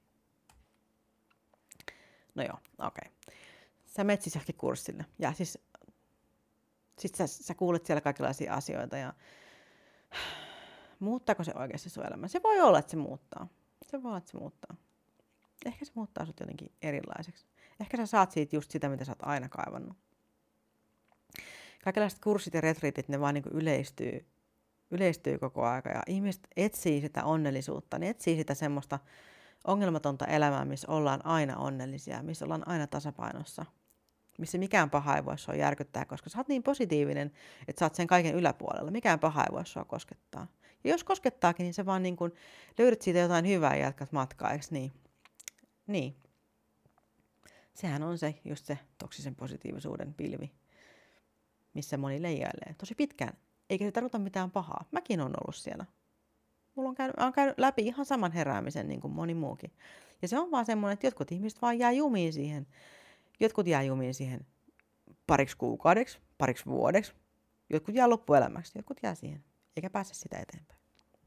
No joo, okei. Okay. Sä menet siis johonkin kurssille. Ja siis sit sä, sä kuulet siellä kaikenlaisia asioita. Ja muuttaako se oikeasti sun elämän? Se voi olla, että se muuttaa. Se voi olla, että se muuttaa. Ehkä se muuttaa sut jotenkin erilaiseksi. Ehkä sä saat siitä just sitä, mitä sä oot aina kaivannut. Kaikenlaiset kurssit ja retriitit, ne vaan niin kuin yleistyy, yleistyy koko aika. Ja ihmiset etsii sitä onnellisuutta, ne etsii sitä semmoista ongelmatonta elämää, missä ollaan aina onnellisia, missä ollaan aina tasapainossa. Missä mikään paha ei voi sua järkyttää, koska sä oot niin positiivinen, että sä oot sen kaiken yläpuolella. Mikään paha ei voi sua koskettaa. Ja jos koskettaakin, niin sä vaan niin kuin löydät siitä jotain hyvää ja jatkat matkaa, eikö niin? Niin. Sehän on se, just se toksisen positiivisuuden pilvi, missä moni leijailee tosi pitkään. Eikä se tarkoita mitään pahaa. Mäkin on ollut siellä. Mulla on käynyt, on käynyt läpi ihan saman heräämisen niin kuin moni muukin. Ja se on vaan semmoinen, että jotkut ihmiset vaan jää jumiin siihen. Jotkut jää jumiin siihen pariksi kuukaudeksi, pariksi vuodeksi. Jotkut jää loppuelämäksi, jotkut jää siihen. Eikä pääse sitä eteenpäin.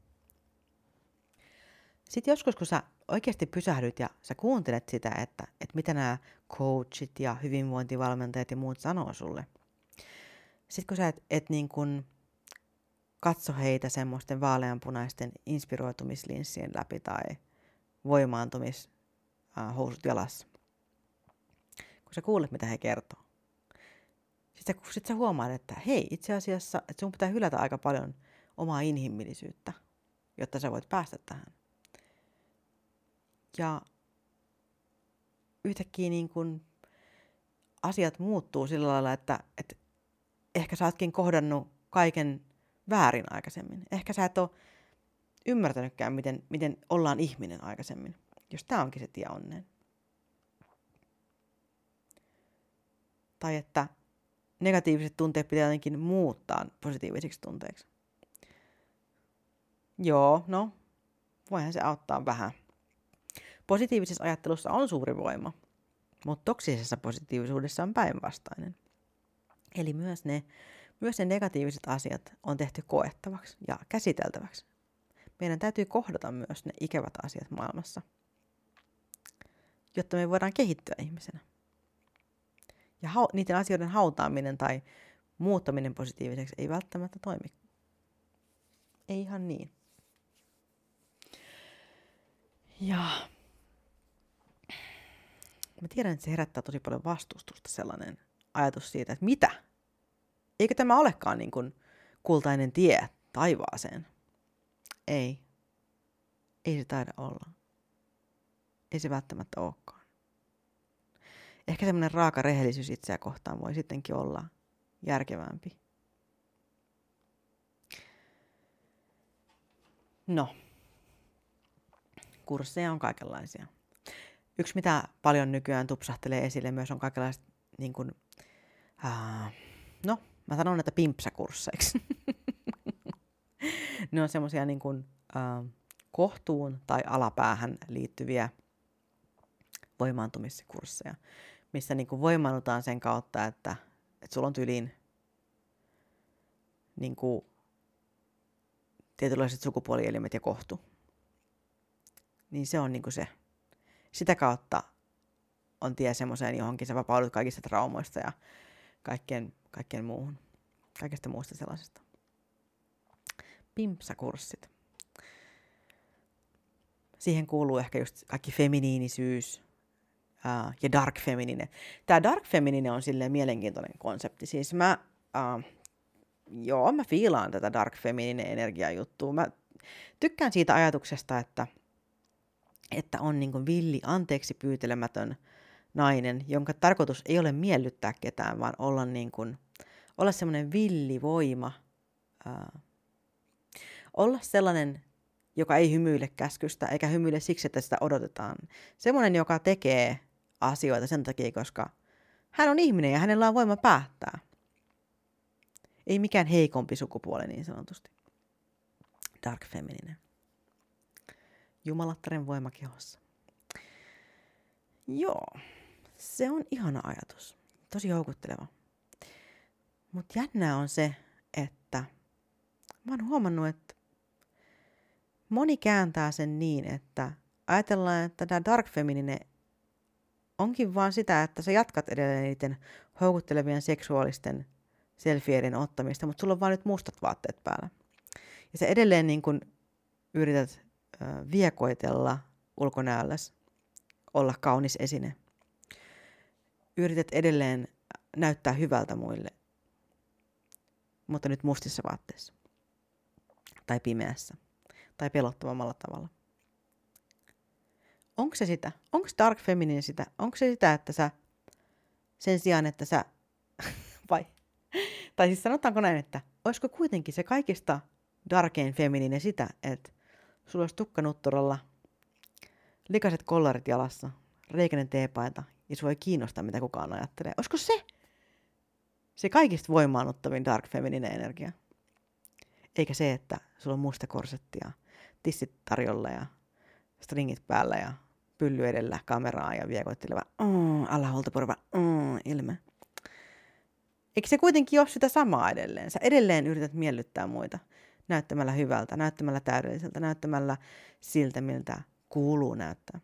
Sitten joskus, kun sä oikeasti pysähdyt ja sä kuuntelet sitä, että, että mitä nämä coachit ja hyvinvointivalmentajat ja muut sanoo sulle. Sitten kun sä et, et niin kun katso heitä semmoisten vaaleanpunaisten inspiroitumislinssien läpi tai voimaantumishousut jalassa. Kun sä kuulet, mitä he kertoo. Sitten sä, sit sä huomaat, että hei, itse asiassa, että sun pitää hylätä aika paljon omaa inhimillisyyttä, jotta sä voit päästä tähän. Ja yhtäkkiä niin kun asiat muuttuu sillä lailla, että, että ehkä sä ootkin kohdannut kaiken väärin aikaisemmin. Ehkä sä et ole ymmärtänytkään, miten, miten ollaan ihminen aikaisemmin. Jos tää onkin se tie onneen. Tai että negatiiviset tunteet pitää jotenkin muuttaa positiivisiksi tunteiksi. Joo, no, voihan se auttaa vähän. Positiivisessa ajattelussa on suuri voima, mutta toksisessa positiivisuudessa on päinvastainen. Eli myös ne, myös ne negatiiviset asiat on tehty koettavaksi ja käsiteltäväksi. Meidän täytyy kohdata myös ne ikävät asiat maailmassa, jotta me voidaan kehittyä ihmisenä. Ja hau- niiden asioiden hautaaminen tai muuttaminen positiiviseksi ei välttämättä toimi. Ei ihan niin. Ja mä tiedän, että se herättää tosi paljon vastustusta sellainen ajatus siitä, että mitä? Eikö tämä olekaan niin kuin kultainen tie taivaaseen? Ei. Ei se taida olla. Ei se välttämättä olekaan. Ehkä semmoinen raaka rehellisyys itseä kohtaan voi sittenkin olla järkevämpi. No, kursseja on kaikenlaisia. Yksi, mitä paljon nykyään tupsahtelee esille myös, on kaikenlaiset, niin kuin, uh, no, mä sanon, että pimpsäkursseiksi. Ne on semmoisia niin kuin, uh, kohtuun tai alapäähän liittyviä voimaantumiskursseja, missä niin kuin voimaannutaan sen kautta, että, että sulla on tyyliin niin kuin, tietynlaiset sukupuolielimet ja kohtu. Niin se on niin kuin se. Sitä kautta on tie semmoiseen johonkin, sä vapaudut kaikista traumoista ja kaikkien, kaikkien muuhun, kaikesta muusta sellaisesta. Pimpsakurssit. Siihen kuuluu ehkä just kaikki feminiinisyys uh, ja dark feminine. Tää dark feminine on silleen mielenkiintoinen konsepti. Siis mä, uh, joo, mä fiilaan tätä dark feminine energiajuttua. Mä tykkään siitä ajatuksesta, että että on niin kuin villi, anteeksi pyytelemätön nainen, jonka tarkoitus ei ole miellyttää ketään, vaan olla, niin kuin, olla semmoinen villi voima. Ää, olla sellainen, joka ei hymyile käskystä, eikä hymyile siksi, että sitä odotetaan. Semmoinen, joka tekee asioita sen takia, koska hän on ihminen ja hänellä on voima päättää. Ei mikään heikompi sukupuoli niin sanotusti. Dark feminine. Jumalattaren voima kehossa. Joo, se on ihana ajatus. Tosi houkutteleva. Mutta jännää on se, että mä oon huomannut, että moni kääntää sen niin, että ajatellaan, että tämä dark feminine onkin vaan sitä, että sä jatkat edelleen niiden houkuttelevien seksuaalisten selfieiden ottamista, mutta sulla on vaan nyt mustat vaatteet päällä. Ja sä edelleen niin kun yrität viekoitella ulkonäölläsi, olla kaunis esine. Yrität edelleen näyttää hyvältä muille, mutta nyt mustissa vaatteissa. Tai pimeässä. Tai pelottavammalla tavalla. Onko se sitä? Onko dark feminine sitä? Onko se sitä, että sä sen sijaan, että sä... vai? Tai siis sanotaanko näin, että olisiko kuitenkin se kaikista darkein feminine sitä, että sulla olisi tukkanutturalla, likaiset kollarit jalassa, reikäinen teepaita ja sua ei kiinnosta, mitä kukaan ajattelee. Olisiko se se kaikista voimaannuttavin dark feminine energia? Eikä se, että sulla on musta korsetti ja tissit tarjolla ja stringit päällä ja pylly edellä kameraa ja viekoitteleva mm, alahuoltopurva mm, ilme. Eikö se kuitenkin ole sitä samaa edelleen? Sä edelleen yrität miellyttää muita. Näyttämällä hyvältä, näyttämällä täydelliseltä, näyttämällä siltä, miltä kuuluu näyttää.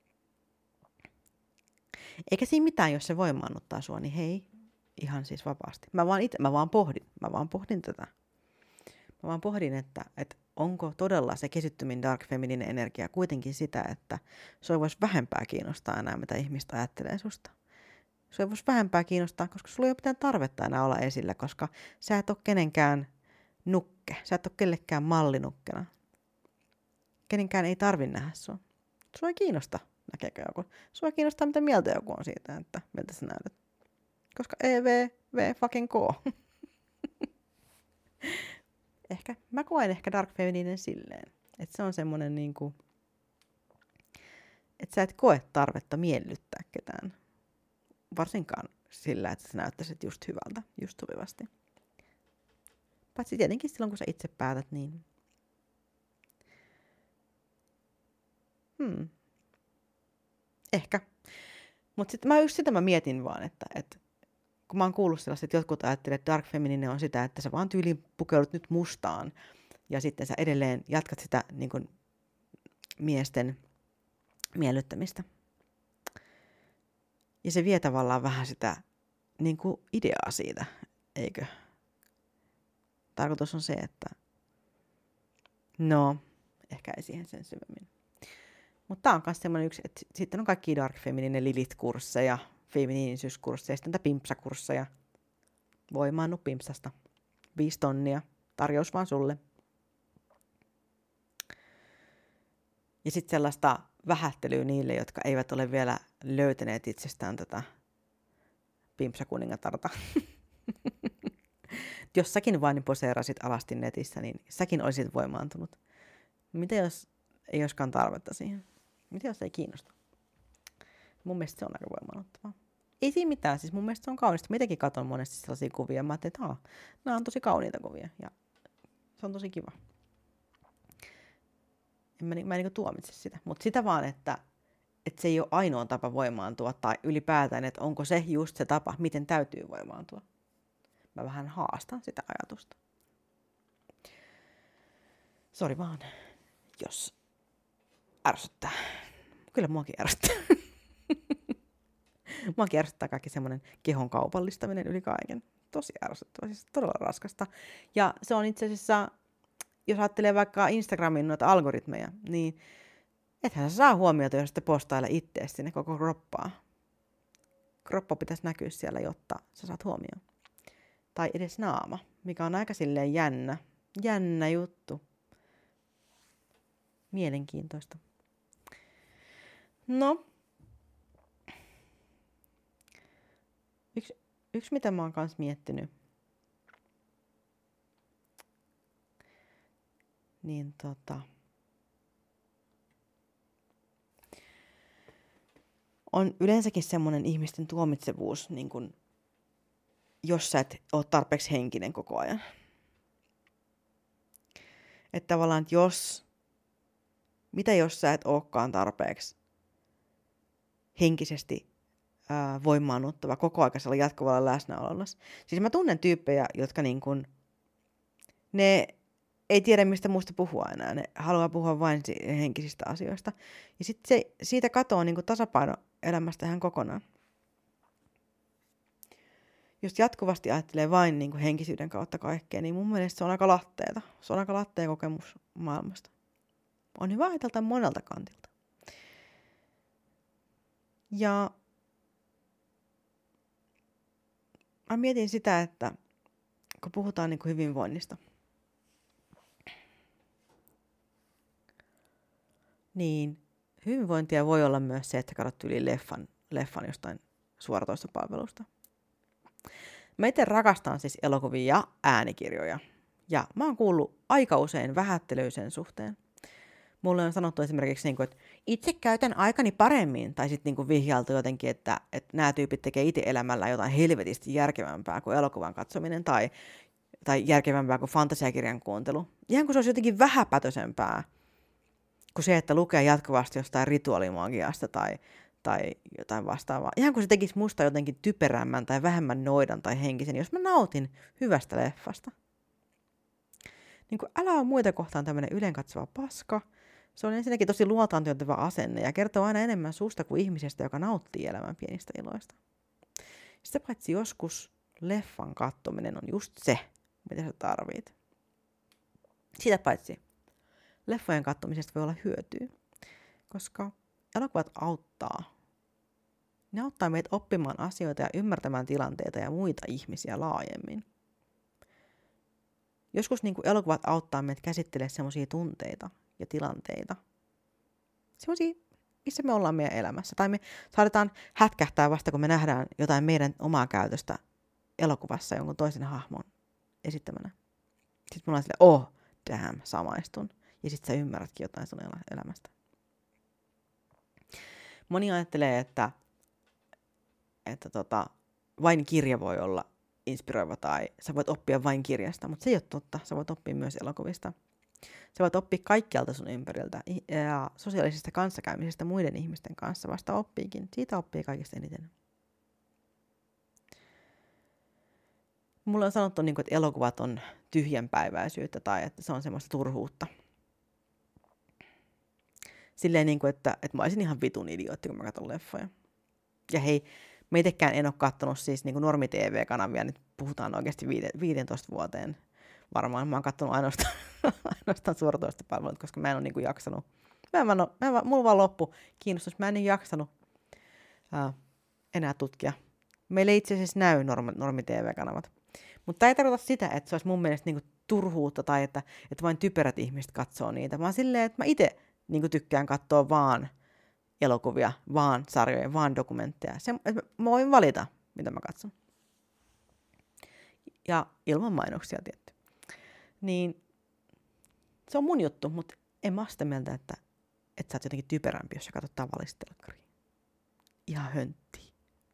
Eikä siinä mitään, jos se voimaannuttaa sua, niin hei, ihan siis vapaasti. Mä vaan, ite, mä vaan pohdin, mä vaan pohdin tätä. Mä vaan pohdin, että, että onko todella se kesyttymin dark feminine energia kuitenkin sitä, että sua voisi vähempää kiinnostaa enää, mitä ihmistä ajattelee susta. Sua voisi vähempää kiinnostaa, koska sulla ei ole mitään tarvetta enää olla esillä, koska sä et ole kenenkään nukke. Sä et ole kellekään mallinukkena. Kenenkään ei tarvi nähdä sua. Sua ei kiinnosta, näkeekö joku. Sua ei kiinnostaa, mitä mieltä joku on siitä, että miltä sä näytät. Koska E V, V fucking K. ehkä, mä koen ehkä dark femininen silleen, että se on semmoinen niinku, että sä et koe tarvetta miellyttää ketään. Varsinkaan sillä, että sä näyttäisit just hyvältä, just sopivasti. Paitsi tietenkin silloin, kun sä itse päätät, niin hmm. Ehkä. Mutta sitten mä just sitä mä mietin vaan, että, että kun mä oon kuullut sellaista, että jotkut ajattelevat, että dark feminine on sitä, että sä vaan tyyliin pukeudut nyt mustaan ja sitten sä edelleen jatkat sitä niin kuin, miesten miellyttämistä. Ja se vie tavallaan vähän sitä niin kuin ideaa siitä, eikö? Tarkoitus on se, että no, ehkä ei siihen sen syvemmin. Mutta tää on myös semmoinen yksi, että sitten on kaikki dark feminine Lilith-kursseja, feminiinisyyskursseja, sitten näitä pimpsakursseja. Voimaannu pimpsasta. Viisi tonnia. Tarjous vaan sulle. Ja sitten sellaista vähättelyä niille, jotka eivät ole vielä löytäneet itsestään tätä pimpsakuningatarta. Jos säkin vain poseerasit alasti netissä, niin säkin olisit voimaantunut. Mitä jos ei olisikaan tarvetta siihen? Mitä jos ei kiinnosta? Mun mielestä se on aika voimaannuttavaa. Ei siinä mitään, siis mun mielestä se on kaunista. Mä itsekin katson monesti sellaisia kuvia. Mä ajattelin, että nämä on tosi kauniita kuvia ja se on tosi kiva. En mä, mä en niin tuomitse sitä, mutta sitä vaan, että, että se ei ole ainoa tapa voimaantua tai ylipäätään, että onko se just se tapa, miten täytyy voimaantua. Mä vähän haastan sitä ajatusta. Sori vaan, jos ärsyttää. Kyllä muakin ärsyttää. Muakin ärsyttää kaikki semmoinen kehon kaupallistaminen yli kaiken. Tosi ärsyttävää, siis todella raskasta. Ja se on itse asiassa, jos ajattelee vaikka Instagramin noita algoritmeja, niin ethän sä saa huomiota, jos te postaile ittees sinne koko kroppaa. Kroppa pitäisi näkyä siellä, jotta sä saat huomioon. Tai edes naama, mikä on aika silleen jännä. Jännä juttu. Mielenkiintoista. No. Yksi, yksi mitä mä oon kans miettinyt. Niin tota. On yleensäkin semmoinen ihmisten tuomitsevuus, niin kun, jos sä et ole tarpeeksi henkinen koko ajan. Että tavallaan, että jos, mitä jos sä et olekaan tarpeeksi henkisesti ää, voimaannuttava koko aikaisella jatkuvalla läsnäololla. Siis mä tunnen tyyppejä, jotka niin kun, ne ei tiedä mistä muusta puhua enää. Ne haluaa puhua vain henkisistä asioista. Ja sitten se, siitä katoaa niin kun tasapaino elämästä ihan kokonaan. Jos jatkuvasti ajattelee vain niin kuin henkisyyden kautta kaikkea, niin mun mielestä se on aika latteeta. Se on aika lattea kokemus maailmasta. On hyvä ajatella monelta kantilta. Ja mä mietin sitä, että kun puhutaan niin kuin hyvinvoinnista, niin hyvinvointia voi olla myös se, että katsot yli leffan, leffan jostain suoratoistopalvelusta. Mä itse rakastan siis elokuvia ja äänikirjoja. Ja mä oon kuullut aika usein vähättelyä sen suhteen. Mulle on sanottu esimerkiksi, että itse käytän aikani paremmin. Tai sitten niin vihjailtu jotenkin, että, että nämä tyypit tekee itse elämällä jotain helvetisti järkevämpää kuin elokuvan katsominen. Tai, tai järkevämpää kuin fantasiakirjan kuuntelu. Ihan kuin se olisi jotenkin vähäpätösempää kuin se, että lukee jatkuvasti jostain rituaalimagiasta tai tai jotain vastaavaa. Ihan kuin se tekisi musta jotenkin typerämmän tai vähemmän noidan tai henkisen, jos mä nautin hyvästä leffasta. Niin kuin älä ole muita kohtaan tämmöinen ylenkatsova paska. Se on ensinnäkin tosi luotaantyöntävä asenne ja kertoo aina enemmän susta kuin ihmisestä, joka nauttii elämän pienistä iloista. Sitä paitsi joskus leffan katsominen on just se, mitä sä tarvit. Sitä paitsi leffojen katsomisesta voi olla hyötyä, koska elokuvat auttaa. Ne auttaa meitä oppimaan asioita ja ymmärtämään tilanteita ja muita ihmisiä laajemmin. Joskus niin kuin elokuvat auttaa meitä käsittelemään semmoisia tunteita ja tilanteita. Semmoisia, missä me ollaan meidän elämässä. Tai me saadetaan hätkähtää vasta, kun me nähdään jotain meidän omaa käytöstä elokuvassa jonkun toisen hahmon esittämänä. Sitten mulla on silleen, oh, damn, samaistun. Ja sitten sä ymmärrätkin jotain sun elämästä. Moni ajattelee, että, että tota, vain kirja voi olla inspiroiva tai sä voit oppia vain kirjasta, mutta se ei ole totta. Sä voit oppia myös elokuvista. Sä voit oppia kaikkialta sun ympäriltä ja sosiaalisesta kanssakäymisestä muiden ihmisten kanssa vasta oppiikin. Siitä oppii kaikista eniten. Mulla on sanottu, että elokuvat on tyhjänpäiväisyyttä tai että se on semmoista turhuutta. Silleen, että, että mä olisin ihan vitun idiootti, kun mä katson leffoja. Ja hei, mä itekään en ole kattonut siis niin normi-T V-kanavia, nyt puhutaan oikeasti viisitoista vuoteen. Varmaan mä oon kattonut ainoastaan, ainoastaan suoratoistopalvelut, koska mä en ole niin jaksanut. Mä en vaan, mä en vaan, mulla vaan loppu kiinnostus. Mä en niin jaksanut ää, enää tutkia. Meillä ei itse asiassa näy normi, normi-T V-kanavat. Mutta tämä ei tarkoita sitä, että se olisi mun mielestä niinku turhuutta tai että, että vain typerät ihmiset katsoo niitä, vaan silleen, että mä itse niinku tykkään katsoa vaan elokuvia, vaan sarjoja, vaan dokumentteja. Se, että mä voin valita, mitä mä katson. Ja ilman mainoksia tietty. Niin se on mun juttu, mutta en mä sitä mieltä, että, että sä oot jotenkin typerämpi, jos sä katsot tavallista telkkaria. Ihan hönttiä.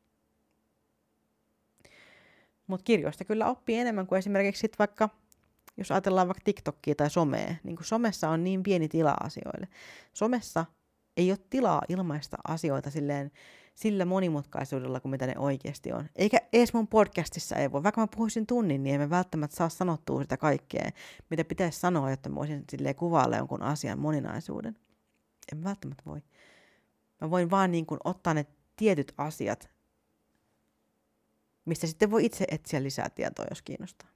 Mutta kirjoista kyllä oppii enemmän kuin esimerkiksi sit vaikka, jos ajatellaan vaikka TikTokia tai somea, niin kuin somessa on niin pieni tila asioille. Somessa ei ole tilaa ilmaista asioita silleen, sillä monimutkaisuudella kuin mitä ne oikeasti on. Eikä edes mun podcastissa ei voi. Vaikka mä puhuisin tunnin, niin en mä välttämättä saa sanottua sitä kaikkea, mitä pitäisi sanoa, jotta mä voisin silleen kuvailla jonkun asian moninaisuuden. En välttämättä voi. Mä voin vaan niin kuin ottaa ne tietyt asiat, mistä sitten voi itse etsiä lisää tietoa, jos kiinnostaa.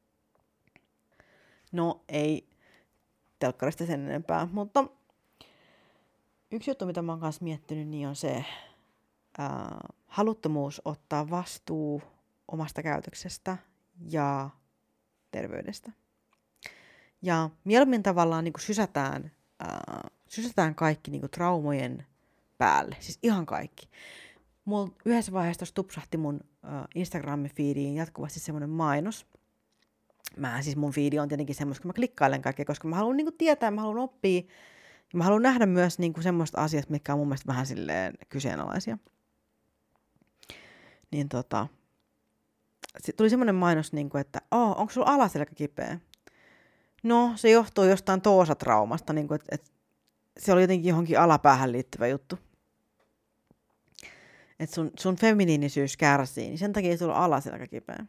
No ei telkkarista sen enempää, mutta yksi juttu, mitä mä oon kanssa miettinyt, niin on se ää, haluttomuus ottaa vastuu omasta käytöksestä ja terveydestä. Ja mieluummin tavallaan niin kuin sysätään, ää, sysätään kaikki niin kuin traumojen päälle, siis ihan kaikki. Mulla yhdessä vaiheessa tuossa tupsahti mun uh, Instagram-feediin jatkuvasti semmoinen mainos. Mä siis mun feedi on tietenkin semmoista, kun mä klikkailen kaikkea, koska mä haluan niinku tietää, mä haluan oppia. Ja mä haluan nähdä myös niinku semmoista asiat, mitkä on mun mielestä vähän silleen kyseenalaisia. Niin tota, tuli semmoinen mainos, niinku, että oh, onko sulla alaselkä kipeä? No, se johtuu jostain toosatraumasta, niinku, että et, se oli jotenkin johonkin alapäähän liittyvä juttu. Että sun, sun feminiinisyys kärsii, niin sen takia sulla on alaselkä kipeä.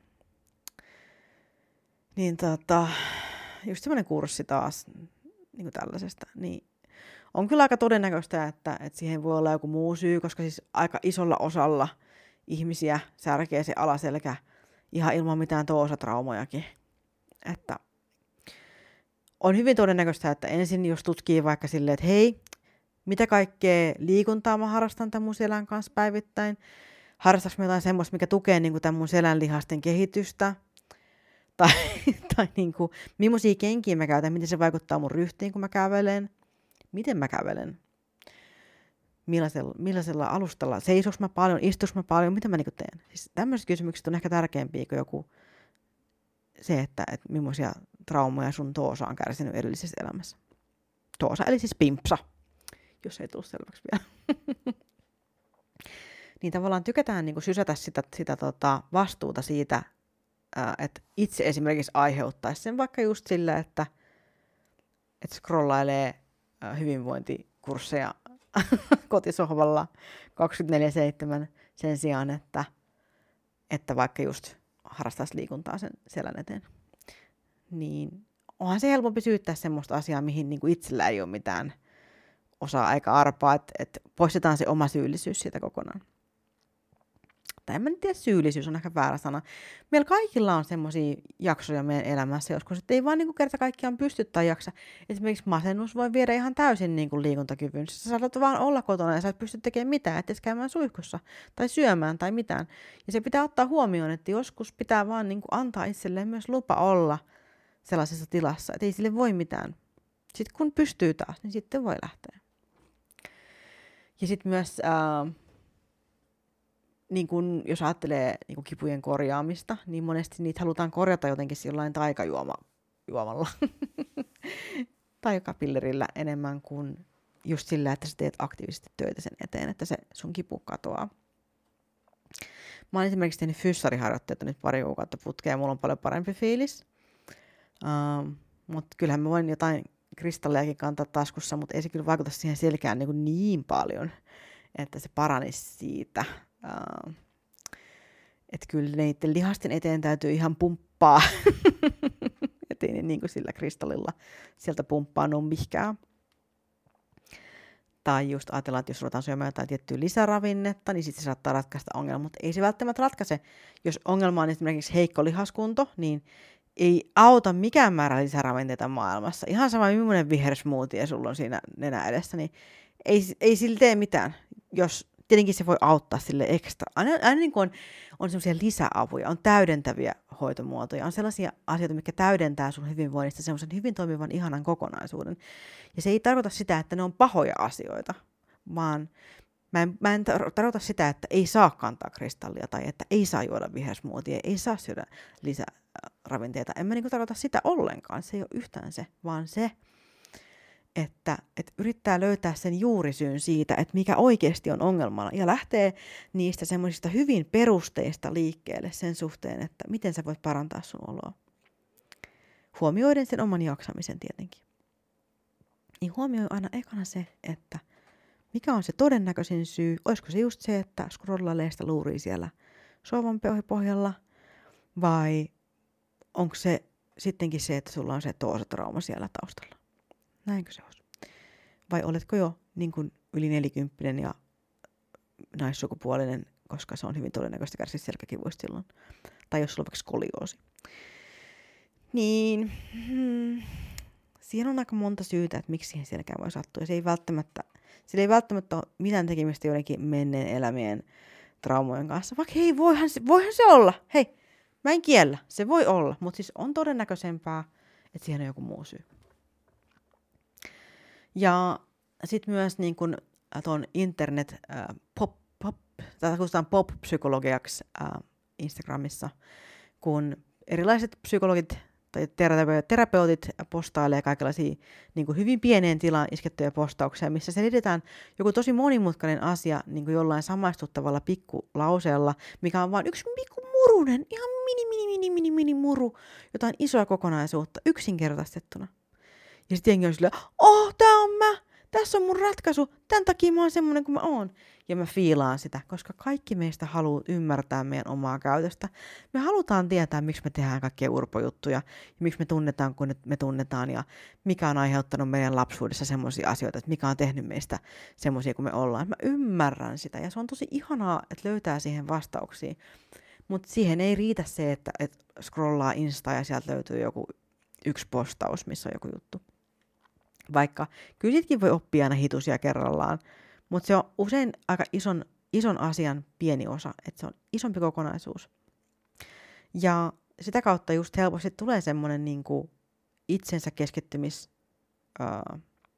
Niin tota, just semmoinen kurssi taas niin kuin tällaisesta, niin on kyllä aika todennäköistä, että, että siihen voi olla joku muu syy, koska siis aika isolla osalla ihmisiä särkee se alaselkä ihan ilman mitään toosatraumojakin. Että on hyvin todennäköistä, että ensin jos tutkii vaikka silleen, että hei, mitä kaikkea liikuntaa mä harrastan tämän mun selän kanssa päivittäin? Harrastanko mä jotain semmoista, mikä tukee niin kuin tämän mun selän lihasten kehitystä? Tai, tai niin kuin, millaisia kenkiä mä käytän, miten se vaikuttaa mun ryhtiin, kun mä kävelen? Miten mä kävelen? Millaisella, millaisella alustalla? Seisoks mä paljon? Istuks mä paljon? Mitä mä niin kuin teen? Siis tämmöiset kysymykset on ehkä tärkeämpiä kuin joku se, että, että millaisia traumoja sun toosa on kärsinyt edellisessä elämässä. Toosa, eli siis pimpsa. Jos ei tule selväksi vielä. Niin tavallaan tykätään niin kuin sysätä sitä, sitä tota vastuuta siitä, ää, että itse esimerkiksi aiheuttaisi sen vaikka just sillä, että, että scrollailee ää, hyvinvointikursseja kotisohvalla kaksikymmentäneljä seitsemän sen sijaan, että, että vaikka just harrastaisi liikuntaa sen selän eteen. Niin onhan se helpompi syyttää semmoista asiaa, mihin niin kuin itsellä ei ole mitään osaa aika arpaa, että, että poistetaan se oma syyllisyys siitä kokonaan. Tai en mä nyt tiedä, syyllisyys on ehkä väärä sana. Meillä kaikilla on semmoisia jaksoja meidän elämässä joskus, että ei vaan niin kuin kerta kaikkiaan pysty tai jaksa. Esimerkiksi masennus voi viedä ihan täysin niin kuin liikuntakyvyn. Sä saatat vaan olla kotona ja sä et pysty tekemään mitään, et edes käymään suihkussa tai syömään tai mitään. Ja se pitää ottaa huomioon, että joskus pitää vaan niin kuin antaa itselleen myös lupa olla sellaisessa tilassa, että ei sille voi mitään. Sitten kun pystyy taas, niin sitten voi lähteä. Ja sitten myös, äh, niin kun, jos ajattelee niin kun kipujen korjaamista, niin monesti niitä halutaan korjata jotenkin sillain taikajuoma juomalla. Tai joka pillerillä enemmän kuin just sillä, että sä teet aktiivisesti töitä sen eteen, että se sun kipu katoaa. Mä oon esimerkiksi tehnyt fyssariharjoitteita nyt pari kuukautta putkeen ja mulla on paljon parempi fiilis. Uh, mutta kyllähän mä voin jotain kristallejakin kantaa taskussa, mutta ei se kyllä vaikuta siihen selkään niin, niin paljon, että se paranisi siitä. Uh, että kyllä niiden lihasten eteen täytyy ihan pumppaa. Ettei ne niin kuin sillä kristallilla sieltä pumppaannu mihkään. Tai just ajatellaan, että jos ruvetaan syömään jotain tiettyä lisäravinnetta, niin sitten se saattaa ratkaista ongelmaa. Mutta ei se välttämättä ratkaise. Jos ongelma on esimerkiksi heikko lihaskunto, niin ei auta mikään määrä lisäravinteita maailmassa. Ihan sama, millainen vihersmoothie sulla on siinä nenä edessä, niin ei, ei sillä tee mitään. Jos, tietenkin se voi auttaa sille ekstra. Aina, aina niin kuin on, on sellaisia lisäapuja, on täydentäviä hoitomuotoja, on sellaisia asioita, mitkä täydentää sun hyvinvoinnista semmoisen hyvin toimivan ihanan kokonaisuuden. Ja se ei tarkoita sitä, että ne on pahoja asioita, vaan mä en, mä en tarkoita sitä, että ei saa kantaa kristallia tai että ei saa juoda vihersmoothie, ei saa syödä lisäravinteita. En mä niin kuin tarkoita sitä ollenkaan, se ei ole yhtään se, vaan se, että, että yrittää löytää sen juurisyyn siitä, että mikä oikeasti on ongelmana ja lähtee niistä semmoisista hyvin perusteista liikkeelle sen suhteen, että miten sä voit parantaa sun oloa. Huomioiden sen oman jaksamisen tietenkin. Niin huomioi aina ekana se, että mikä on se todennäköisin syy. Olisiko se just se, että scrollailee sitä luuria siellä sohvan pohjalla, vai onko se sittenkin se, että sulla on se toosatrauma siellä taustalla. Näinkö se olisi? Vai oletko jo niin kuin yli nelikymppinen ja naissukupuolinen, koska se on hyvin todennäköistä kärsiä selkäkivuista silloin. Tai jos sulla on vaikka skolioosi. Niin, hmm, siihen on aika monta syytä, että miksi siihen selkään voi sattua. Ja se ei välttämättä, sillä ei välttämättä ole mitään tekemistä joidenkin menneen elämien traumojen kanssa. Vaikka hei, voihan se, voihan se olla. Hei, mä en kiellä, se voi olla. Mutta siis on todennäköisempää, että siihen on joku muu syy. Ja sitten myös niin kun tuon internet äh, pop, pop, tätä kutsutaan pop-psykologiaksi äh, Instagramissa, kun erilaiset psykologit tai terapeutit postailee kaikenlaisia niin kuin hyvin pieneen tilaan iskettyjä postauksia, missä selitetään joku tosi monimutkainen asia niin kuin jollain samaistuttavalla pikkulauseella, mikä on vain yksi pikku murunen, ihan mini, mini, mini, mini, mini muru, jotain isoa kokonaisuutta yksinkertaistettuna. Ja sitten jengi on silleen, oh, tää on mä, tässä on mun ratkaisu, tämän takia mä oon semmonen kuin mä oon. Ja mä fiilaan sitä, koska kaikki meistä haluaa ymmärtää meidän omaa käytöstä. Me halutaan tietää, miksi me tehdään kaikkia urpojuttuja, ja miksi me tunnetaan, kun me tunnetaan, ja mikä on aiheuttanut meidän lapsuudessa semmoisia asioita, että mikä on tehnyt meistä semmoisia kuin me ollaan. Mä ymmärrän sitä, ja se on tosi ihanaa, että löytää siihen vastauksia. Mutta siihen ei riitä se, että, että scrollaa Insta ja sieltä löytyy joku yksi postaus, missä on joku juttu. Vaikka kyllä sitkin voi oppia aina hitusia kerrallaan, mutta se on usein aika ison, ison asian pieni osa, että se on isompi kokonaisuus. Ja sitä kautta just helposti tulee semmoinen niin kuin itsensä keskittymis... Uh,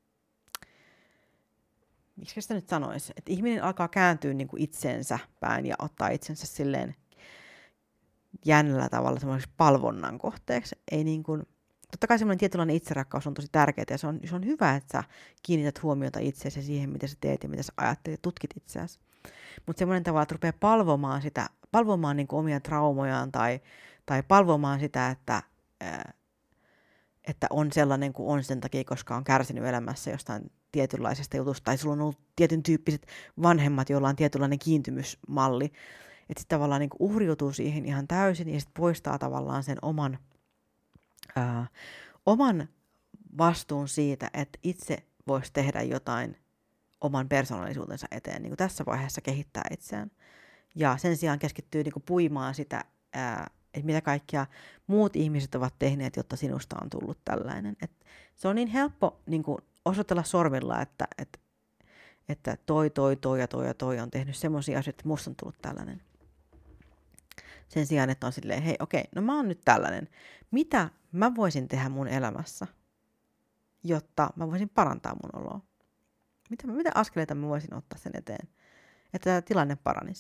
miksi sitä nyt sanoisi? Että ihminen alkaa kääntyä niin kuin itsensä päin ja ottaa itsensä silleen jännällä tavalla semmoiseksi palvonnan kohteeksi. Ei niin kuin... Totta kai semmoinen tietynlainen itserakkaus on tosi tärkeää ja se on, se on hyvä, että sä kiinnität huomiota itseäsi siihen, mitä sä teet ja mitä sä ajattelet ja tutkit itseäsi. Mutta semmoinen tavalla, että rupeaa palvomaan sitä, palvomaan niin kuin omia traumojaan tai, tai palvomaan sitä, että, ää, että on sellainen kuin on sen takia, koska on kärsinyt elämässä jostain tietynlaisesta jutusta tai sulla on ollut tietyn tyyppiset vanhemmat, joilla on tietynlainen kiintymysmalli. Että sitten tavallaan niin kuin uhriutuu siihen ihan täysin ja sitten poistaa tavallaan sen oman Uh, oman vastuun siitä, että itse voisi tehdä jotain oman persoonallisuutensa eteen, niin kuin tässä vaiheessa kehittää itseään. Ja sen sijaan keskittyy niin kuin puimaan sitä, uh, että mitä kaikkia muut ihmiset ovat tehneet, jotta sinusta on tullut tällainen. Et se on niin helppo niin kuin osoitella sormilla, että, että, että toi, toi, toi ja toi ja toi on tehnyt semmoisia asioita, että musta on tullut tällainen. Sen sijaan, että on silleen, hei okei, no mä oon nyt tällainen. Mitä mä voisin tehdä mun elämässä, jotta mä voisin parantaa mun oloa? Mitä, mitä askeleita mä voisin ottaa sen eteen, että tämä tilanne paranisi?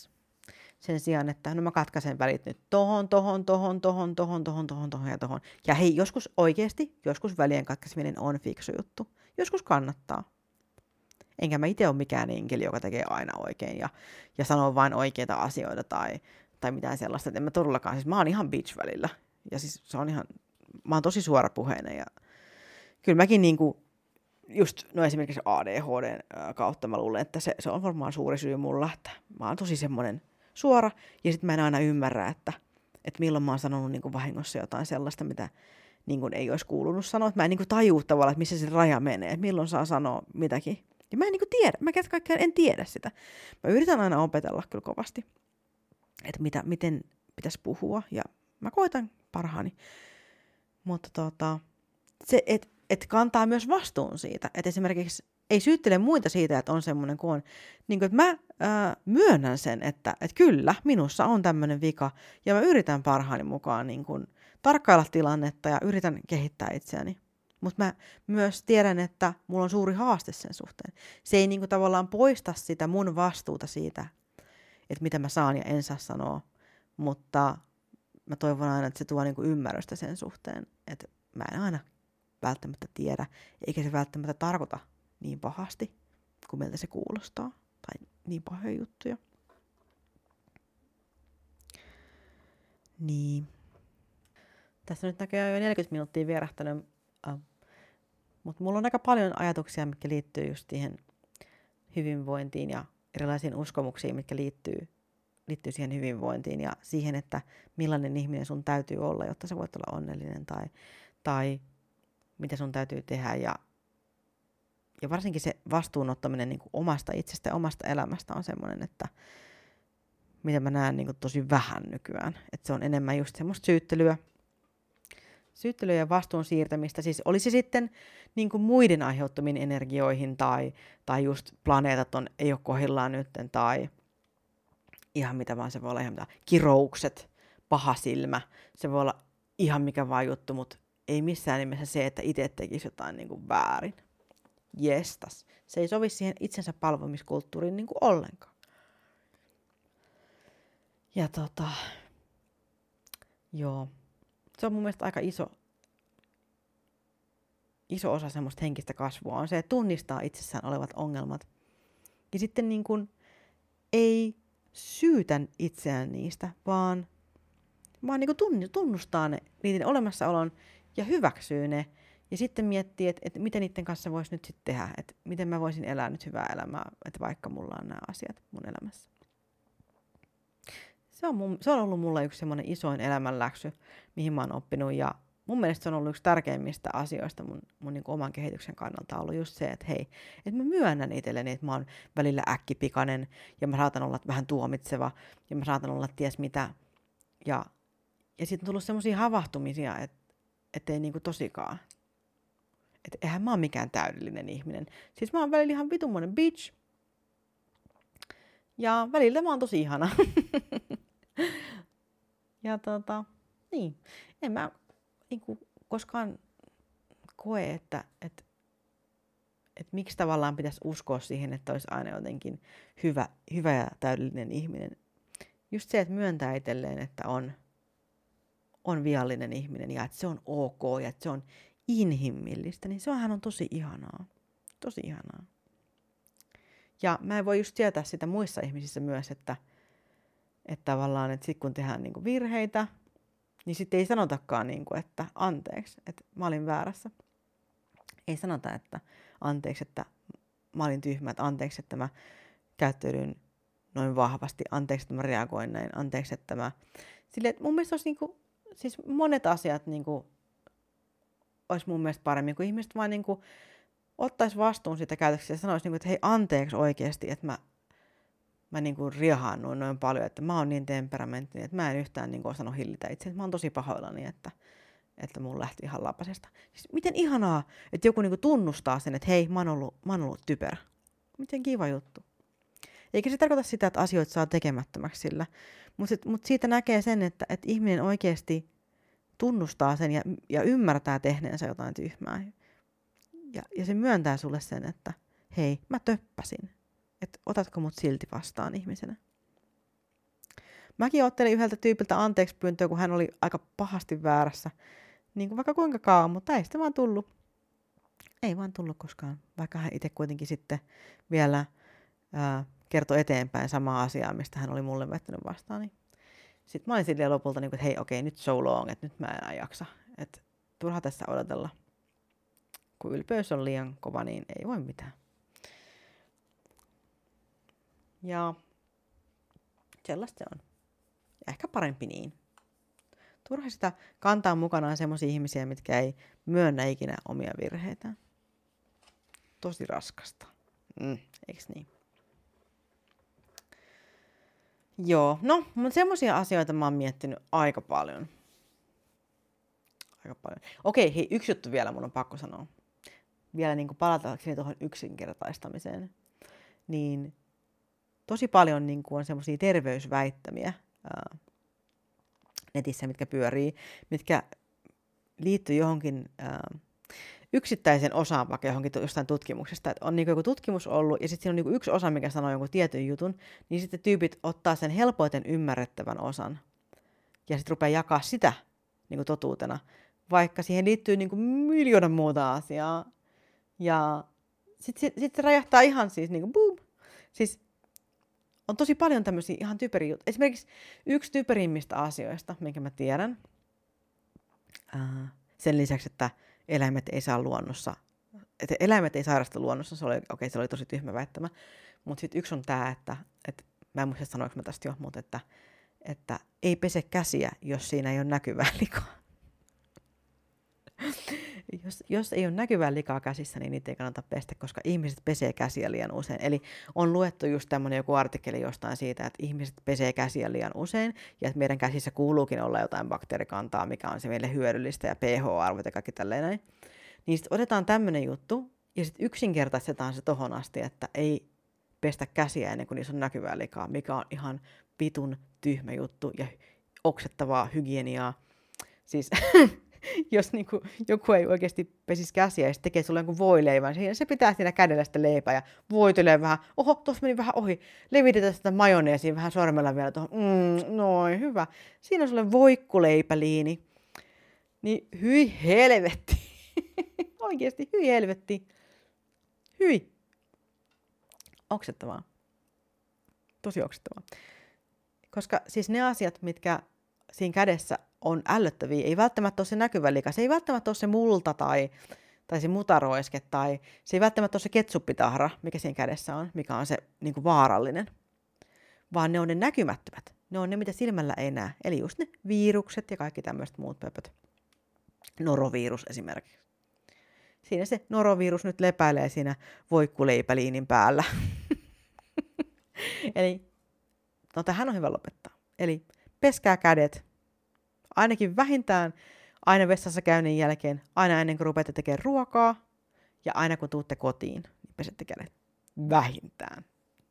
Sen sijaan, että no mä katkaisen välit nyt tohon, tohon, tohon, tohon, tohon, tohon, tohon, tohon ja tohon. Ja hei, joskus oikeasti, joskus välien katkaiseminen on fiksu juttu. Joskus kannattaa. Enkä mä itse ole mikään enkeli, joka tekee aina oikein ja, ja sanoo vain oikeita asioita tai, tai mitään sellaista. Et en mä todellakaan, siis mä oon ihan bitch välillä. Ja siis se on ihan, mä oon tosi suorapuheinen ja kyllä mäkin niinku, just no esimerkiksi A D H D:n kautta mä luulen, että se, se on varmaan suuri syy mulla, että mä oon tosi semmoinen suora ja sit mä en aina ymmärrä, että, että milloin mä oon sanonut niinku vahingossa jotain sellaista, mitä niinku ei olisi kuulunut sanoa. Että mä en niinku tajuu tavallaan, että missä se raja menee, että milloin saa sanoa mitäkin. Ja mä en niinku tiedä, mä kerta kaikkiaan en tiedä sitä. Mä yritän aina opetella kyllä kovasti, että mitä, miten pitäisi puhua ja mä koitan parhaani. Mutta tota, se, että et kantaa myös vastuun siitä, että esimerkiksi ei syyttele muita siitä, että on semmoinen kuin on. Niin kuin, että mä ää, myönnän sen, että et kyllä, minussa on tämmöinen vika ja mä yritän parhaani mukaan niin kuin, tarkkailla tilannetta ja yritän kehittää itseäni. Mutta mä myös tiedän, että mulla on suuri haaste sen suhteen. Se ei niinku tavallaan poista sitä mun vastuuta siitä, että mitä mä saan ja en saa sanoa. Mutta mä toivon aina, että se tuo niinku ymmärrystä sen suhteen, että mä en aina välttämättä tiedä, eikä se välttämättä tarkoita niin pahasti, kuin miltä se kuulostaa. Tai niin pahoja juttuja. Niin. Tässä nyt näköjään jo neljäkymmentä minuuttia vierähtänyt. Uh, Mutta mulla on aika paljon ajatuksia, mitkä liittyy just siihen hyvinvointiin ja erilaisiin uskomuksiin, mitkä liittyy, liittyy siihen hyvinvointiin ja siihen, että millainen ihminen sun täytyy olla, jotta sä voit olla onnellinen tai, tai mitä sun täytyy tehdä. Ja, ja varsinkin se vastuunottaminen niin kuin omasta itsestä ja omasta elämästä on semmoinen, että mitä mä näen niin kuin tosi vähän nykyään. Että se on enemmän just semmoista syyttelyä. Syyttelyä ja vastuun siirtämistä, siis olisi sitten niin kuin muiden aiheuttamiin energioihin tai, tai just planeetat on, ei ole kohdillaan nytten tai ihan mitä vaan, se voi olla ihan mitä, kiroukset, paha silmä, se voi olla ihan mikä vaan juttu, mutta ei missään nimessä se, että itse tekisi jotain niin kuin väärin. Jestas. Se ei sovi siihen itsensä palvomiskulttuuriin niin kuin ollenkaan. Ja tota, joo. Se on mun mielestä aika iso, iso osa semmoista henkistä kasvua, on se, että tunnistaa itsessään olevat ongelmat. Ja sitten niin kuin ei syytä itseään niistä, vaan, vaan niin kuin tunnustaa ne, niiden olemassaolon ja hyväksyy ne. Ja sitten miettii, että, että miten niiden kanssa voisi nyt sitten tehdä, että miten mä voisin elää nyt hyvää elämää, että vaikka mulla on nämä asiat mun elämässä. Se on, mun, se on ollut mulla yksi semmoinen isoin elämänläksy, mihin mä oon oppinut. Ja mun mielestä se on ollut yksi tärkeimmistä asioista mun, mun niin kuin oman kehityksen kannalta ollut just se, että hei, että mä myönnän itselleni, että mä oon välillä äkkipikainen ja mä saatan olla vähän tuomitseva ja mä saatan olla ties mitä. Ja, ja sitten on tullut semmoisia havahtumisia, että et ei niinku tosikaan. Että eihän mä oon mikään täydellinen ihminen. Siis mä oon välillä ihan vitunmoinen bitch. Ja välillä mä oon tosi ihana. Ja tota, niin, en mä niinku koskaan koe, että et, et miksi tavallaan pitäisi uskoa siihen, että olisi aina jotenkin hyvä, hyvä ja täydellinen ihminen. Just se, että myöntää itselleen, että on, on viallinen ihminen ja että se on ok ja että se on inhimillistä, niin sehän on tosi ihanaa. Tosi ihanaa. Ja mä en voi just tietää sitä muissa ihmisissä myös, että Että tavallaan, että sit kun tehdään niinku virheitä, niin sitten ei sanotakaan, niinku, että anteeksi, että mä olin väärässä. Ei sanota, että anteeksi, että mä olin tyhmä, että anteeksi, että mä käyttäydyin noin vahvasti, anteeksi, että mä reagoin näin, anteeksi, että mä... Silleen, että mun mielestä olisi niinku, siis monet asiat niinku, olisi mun mielestä paremmin, kun ihmiset vaan niinku, ottaisi vastuun siitä käytöksestä ja sanoisi, niinku, että hei, anteeksi oikeasti, että mä Mä niinku riehaannuin noin paljon, että mä oon niin temperamenttinen, että mä en yhtään niinku osannut hillitä itse. Mä oon tosi pahoillani, että, että mun lähti ihan lapasesta. Siis miten ihanaa, että joku niinku tunnustaa sen, että hei, mä oon ollut, mä oon ollut typerä. Miten kiva juttu. Eikä se tarkoita sitä, että asioita saa tekemättömäksi sillä. Mutta mut siitä näkee sen, että, että ihminen oikeasti tunnustaa sen ja, ja ymmärtää tehneensä jotain tyhmää. Ja, ja se myöntää sulle sen, että hei, mä töppäsin. Että otatko mut silti vastaan ihmisenä. Mäkin ottelin yhdeltä tyypiltä anteeksi pyyntöä, kun hän oli aika pahasti väärässä. Niin kuin vaikka kuinka kauan, mutta ei sitä vaan tullut. Ei vaan tullut koskaan, vaikka hän itse kuitenkin sitten vielä ää, kertoi eteenpäin samaa asiaa, mistä hän oli mulle vettänyt vastaan. Niin. Sitten mä olin silleen lopulta, niin kuin, että hei okei, nyt so long, että nyt mä en enää jaksa. Että turha tässä odotella. Kun ylpeys on liian kova, niin ei voi mitään. Ja sellaista se on. Ja ehkä parempi niin. Turha sitä kantaa mukanaan semmoisia ihmisiä, mitkä ei myönnä ikinä omia virheitään. Tosi raskasta. Mm, eiks niin? Joo, no, mutta semmoisia asioita mä oon miettinyt aika paljon. Aika paljon. Okei, hei, yksi juttu vielä mun on pakko sanoa. Vielä niin kuin palatakseni tuohon yksinkertaistamiseen. Niin tosi paljon niin kuin on semmoisia terveysväittämiä ää, netissä, mitkä pyörii, mitkä liittyy johonkin ää, yksittäisen osaan, vaikka johonkin jostain tutkimuksesta. Et on niin kuin joku tutkimus ollut, ja sitten siinä on niin kuin yksi osa, mikä sanoo jonkun tietyn jutun, niin sitten tyypit ottaa sen helpoiten ymmärrettävän osan, ja sitten rupeaa jakaa sitä niin kuin totuutena, vaikka siihen liittyy niin kuin miljoona muuta asiaa. Ja sitten sit, sit se räjähtää ihan siis niin kuin boom. Siis on tosi paljon tämmöisiä ihan typeriä juttuja. Esimerkiksi yksi typerimmistä asioista, minkä mä tiedän, ää, sen lisäksi, että eläimet ei saa luonnossa, että eläimet ei sairasta luonnossa, se oli, okei, se oli tosi tyhmä väittämä, mutta sitten yksi on tämä, että, että mä en muista sanoinko mä tästä jo, mutta että, että ei pese käsiä, jos siinä ei ole näkyvää likaa. Jos, jos ei ole näkyvää likaa käsissä, niin niitä ei kannata pestä, koska ihmiset pesee käsiä liian usein. Eli on luettu just tämmöinen joku artikkeli jostain siitä, että ihmiset pesee käsiä liian usein, ja että meidän käsissä kuuluukin olla jotain bakteerikantaa, mikä on se meille hyödyllistä, ja pH-arvot ja kaikki tälleen näin. Niin sitten otetaan tämmöinen juttu, ja sitten yksinkertaistetaan se tohon asti, että ei pestä käsiä ennen kuin niissä on näkyvää likaa, mikä on ihan vitun tyhmä juttu, ja oksettavaa hygieniaa. Siis... Jos niinku, joku ei oikeasti pesisi käsiä ja sitten tekee sulle jonkun voileivän, niin se pitää siinä kädellä sitä leipää ja voitelee vähän. Oho, tuossa meni vähän ohi. Levitetään sitä majoneesia vähän sormella vielä tuohon. Mm, noin, hyvä. Siinä on sulle voikkuleipäliini. Niin hyi helvetti. Oikeasti, hyi helvetti. Hyi. Oksettavaa. Tosi oksettavaa. Koska siis ne asiat, mitkä siinä kädessä on ällöttäviä, ei välttämättä ole se näkyvä lika. Se ei välttämättä ole se multa tai, tai se mutaroiske tai se ei välttämättä ole se ketsuppitahra, mikä siinä kädessä on, mikä on se niin kuin vaarallinen. Vaan ne on ne näkymättömät. Ne on ne, mitä silmällä ei näe. Eli just ne virukset ja kaikki tämmöiset muut pöpöt. Norovirus esimerkiksi. Siinä se norovirus nyt lepäilee siinä voikkuleipäliinin päällä. Eli, no tähän on hyvä lopettaa. Eli peskää kädet. Ainakin vähintään aina vessassa käynnin jälkeen, aina ennen kuin rupeatte tekemään ruokaa ja aina kun tuutte kotiin, niin pesette kädet. Vähintään.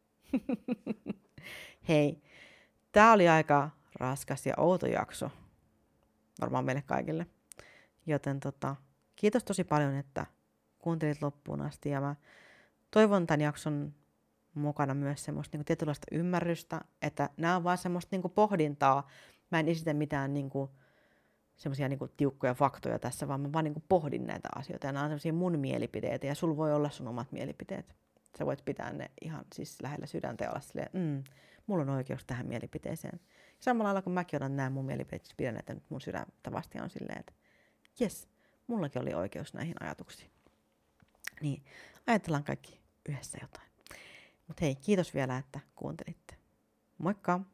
Hei, tää oli aika raskas ja outo jakso. Varmaan meille kaikille. Joten tota, kiitos tosi paljon, että kuuntelit loppuun asti. Ja mä toivon tämän jakson mukana myös semmoista niin tietynlaista ymmärrystä, että nämä on vaan semmoista niin pohdintaa. Mä en esitä mitään niinku semmoisia niinku tiukkoja faktoja tässä, vaan mä vaan niinku pohdin näitä asioita. Ja nämä on semmoisia mun mielipiteitä, ja sulla voi olla sun omat mielipiteet. Sä voit pitää ne ihan siis lähellä sydäntä ja olla silleen, mm, mulla on oikeus tähän mielipiteeseen. Ja samalla lailla kun mäkin otan nämä mun mielipiteet, siis pidän näitä nyt mun sydäntä vasti on silleen, että jes, mullakin oli oikeus näihin ajatuksiin. Niin, ajatellaan kaikki yhdessä jotain. Mut hei, kiitos vielä, että kuuntelitte. Moikka!